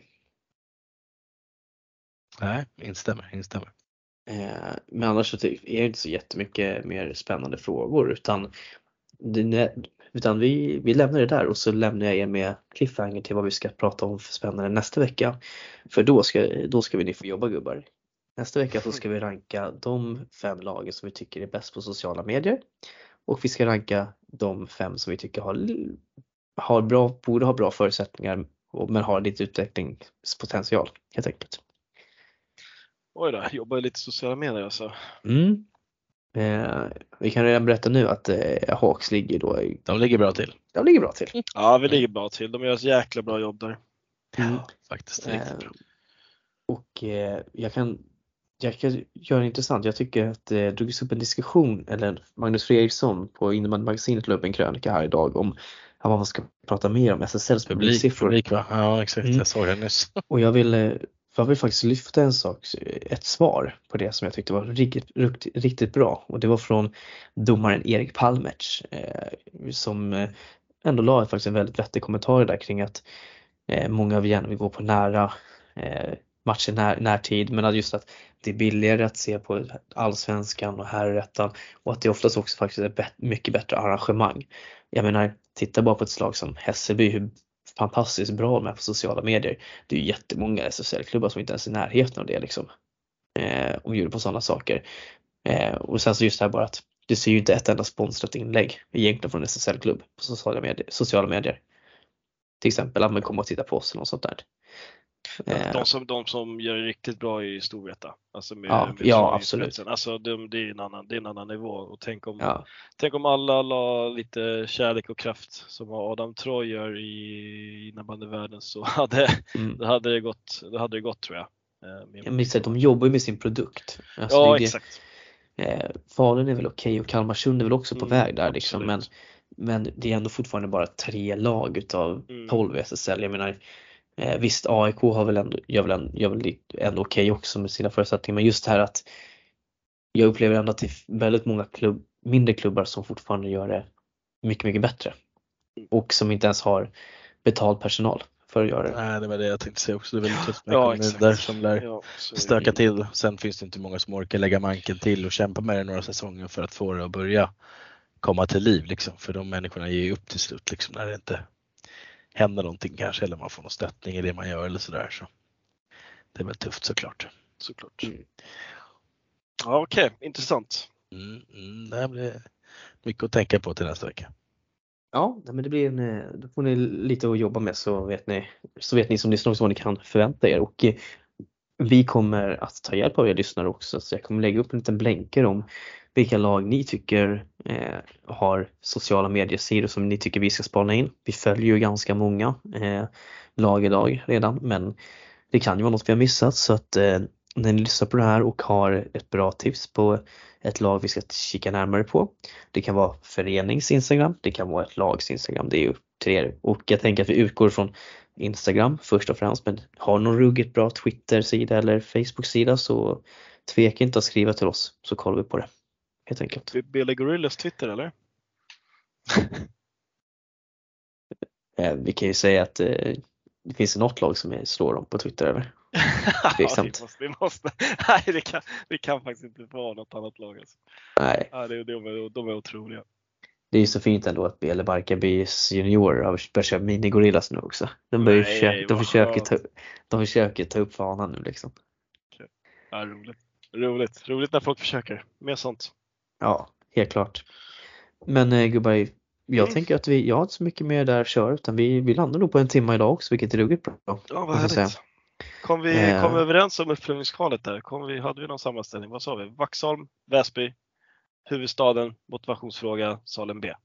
Nej, instämmer, instämmer. Eh, men annars så ty- är det inte så jättemycket mer spännande frågor utan, det, utan vi, vi lämnar det där och så lämnar jag er med cliffhanger till vad vi ska prata om för spännande nästa vecka. För då ska, då ska vi ni få jobba gubbar. Nästa vecka så ska vi ranka de fem lagen som vi tycker är bäst på sociala medier. Och vi ska ranka de fem som vi tycker har, har bra, borde ha bra förutsättningar men har lite utvecklingspotential helt enkelt. Oj då, jobbar lite sociala medier alltså. Mm. Eh, vi kan redan berätta nu att eh, Hawks ligger då i, De ligger bra till. de ligger bra till. Ja, vi ligger bra till. De gör ett jäkla bra jobb där. Mm. Ja, faktiskt riktigt Eh, bra. och eh, jag kan jag kan göra det intressant. Jag tycker att det eh, drogs upp en diskussion, eller Magnus Fredriksson på Innebandy-magasinet la upp en krönika här idag om att man ska prata mer om S S L:s Publik, publiksiffror. publik va? Ja, exakt. Mm. Jag såg det nyss. Och jag vill, eh, jag vill faktiskt lyfta en sak, ett svar på det som jag tyckte var riktigt, riktigt, riktigt bra. Och det var från domaren Erik Palmertz eh, som eh, ändå la faktiskt en väldigt vettig kommentar där kring att eh, många vill gärna vill gå på nära eh, matcher när, närtid, men att just att det är billigare att se på allsvenskan och herrettan och att det oftast också faktiskt är bet- mycket bättre arrangemang. Jag menar, titta bara på ett slag som Hässelby, hur fantastiskt bra med på sociala medier. Det är ju jättemånga S S L-klubbar som inte ens är i närheten av det liksom. Eh, och bjuder på sådana saker. Eh, och sen så just det här bara att du ser ju inte ett enda sponsrat inlägg egentligen från S S L-klubb på sociala medier. Sociala medier. Till exempel att man kommer att titta på oss eller något sånt där. Eh, De som, de som gör det riktigt bra i Storvreta. Alltså med, Ja, med ja, Troy i absolut. spetsen. Alltså det, det, är en annan, det är en annan nivå. Och tänk om, ja, tänk om alla la lite kärlek och kraft som Adam Troy gör i innebandyvärlden så hade, mm. då hade det gått, då hade det gått tror jag. Eh, med- Jag minns att de jobbar ju med sin produkt. Alltså, ja, det är det- exakt. Eh, Falun är väl okej och Kalmarsund är väl också på Mm, väg där liksom, men, absolut. men det är ändå fortfarande bara tre lag utav Mm. tolv i S S L. Jag menar, eh, visst A I K har väl ändå, gör väl ändå, gör väl ändå okej också med sina förutsättningar, men just det här att jag upplever ändå att det är väldigt många klubb, mindre klubbar som fortfarande gör det mycket, mycket bättre och som inte ens har betald personal för att göra det. Nej, det var det jag tänkte säga också. Det är väldigt tufft med Ja, ekonomin exakt. där som lär Ja, så är det. stöka till. Sen finns det inte många som orkar lägga manken till och kämpa med det några säsonger för att få det att börja komma till liv liksom. För de människorna ger ju upp till slut liksom när det inte händer någonting kanske eller man får någon stöttning i det man gör eller sådär. Så det är väl tufft såklart. Såklart. Mm. Ja, okej. Intressant. Mm, mm, det här blir mycket att tänka på till nästa vecka. Ja, men det blir en, eh, då får ni lite att jobba med så vet ni, så vet ni som lyssnar också vad ni kan förvänta er och eh, vi kommer att ta hjälp av er lyssnare också så jag kommer lägga upp en liten blänker om vilka lag ni tycker eh, har sociala mediesidor som ni tycker vi ska spana in. Vi följer ju ganska många eh, lag idag redan men det kan ju vara något vi har missat så att eh, när ni lyssnar på det här och har ett bra tips på ett lag vi ska kika närmare på. Det kan vara förenings Instagram, det kan vara ett lags Instagram, det är ju till er. Och jag tänker att vi utgår från Instagram först och främst, men har någon ruggigt bra Twitter-sida eller Facebook-sida så tveka inte att skriva till oss så kollar vi på det. Helt enkelt. Billy Gorillas Twitter eller? Eh, vi kan ju säga att eh, det finns något lag som är, slår dem på Twitter eller? Tveksamt. Ja, det måste, det måste. Nej, det kan, det kan faktiskt inte vara något annat lag. Alltså. Nej. Ja, det, de, är, de är otroliga. Det är ju så fint ändå att Bele Barkabys juniorer har börjat köra mini-gorillas nu också. De, börjar Nej, försöka, de, vad försöker skönt. ta, de försöker ta upp fanan nu liksom. Ja, roligt. Roligt. Roligt när folk försöker. Mer sånt. Ja, helt klart. Men eh, gubbar, jag Mm. tänker att vi, jag har inte så mycket mer där att köra utan vi, vi landar nog på en timme idag också, vilket är ruggigt bra. Ja, vad måste jag säga. härligt. Kom vi, Eh. kom vi överens om uppföljningskvalet där? Kom vi, hade vi någon sammanställning? Vad sa vi? Vaxholm, Väsby, huvudstaden, motivationsfråga, Salem B.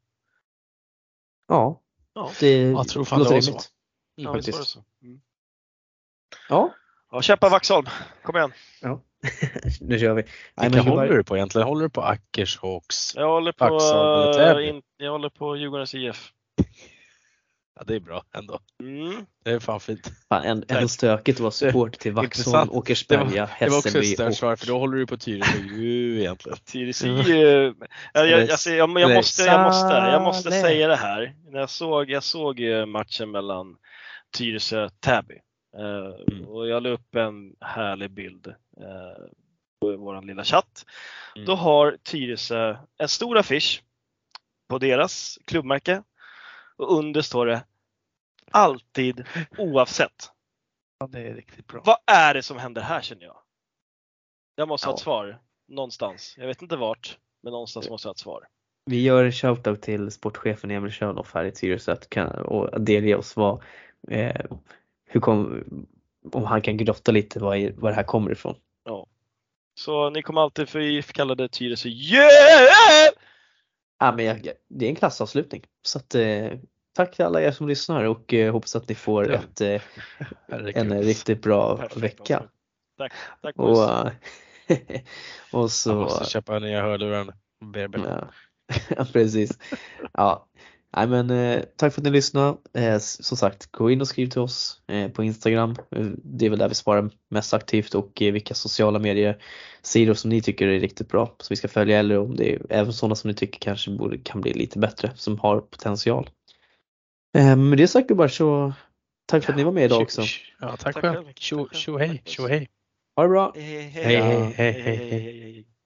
Ja, Ja, det Jag tror fan låter det var så. rimligt. ja visst var det så. Mm. Ja, Ja, kämpa Vaxholm. Kom igen. ja. Nu kör vi. Nej, Vilka men håller gubbar, du på egentligen? Håller du på Ackershawks? Jag håller på, Vaxholm eller Täby? in, jag håller på Djurgårdens I F. Ja, det är bra ändå. Mm. Det är fan fint. fan, en, ändå stökigt att vara support till Vaxholm, Intressant. Åkersberga, Det var också ett Hässelby stört och... svar för då håller du på Tyresö ju egentligen. Tyresö, Mm. jag, jag, Eller- alltså, jag, jag, eller måste, jag, måste, jag måste Salem. säga det här. När jag såg, jag såg ju matchen mellan Tyresö och Täby. Eh, Mm. och jag la upp en härlig bild eh, på vår lilla chatt. Mm. Då har Tyresö en stor affisch på deras klubbmärke. Och under står det alltid oavsett. Ja, det är riktigt bra. Vad är det som händer här känner jag? Jag måste ha Ja. ett svar någonstans. Jag vet inte vart, men någonstans måste jag ha ett svar. Vi gör en shoutout till sportchefen Emil Schönhoff här i Tyresö att kan, och delge oss vad, eh, hur kom, om han kan grotta lite vad, i- vad det här kommer ifrån. Ja. Så ni kommer alltid för I F kallade Tyresö yeah! Ja, men jag, det är en klassavslutning. Så att, eh, tack till alla er som lyssnar och eh, hoppas att ni får Ja. ett, eh, Herregud. en riktigt bra Perfekt, vecka. alltså. Tack, tack Och, boys. eh, och Jag så... måste köpa nya hörlurar. B B. Ja, ja, precis. Ja, nej, men eh, tack för att ni lyssnade. Eh, s- som sagt, gå in och skriv till oss eh, på Instagram. Eh, Det är väl där vi svarar mest aktivt och eh, vilka sociala medier sidor som ni tycker är riktigt bra som vi ska följa eller om det är även sådana som ni tycker kanske borde, kan bli lite bättre som har potential. Eh, med det sagt bara så tack för att ni var med idag också. Ja, tack Tack själv. själv. Tjo Tack själv. tjo hej, Tack, boys. tjo hej. Ha det bra. Hej, Hej, hej, hej, hej, hej. hej.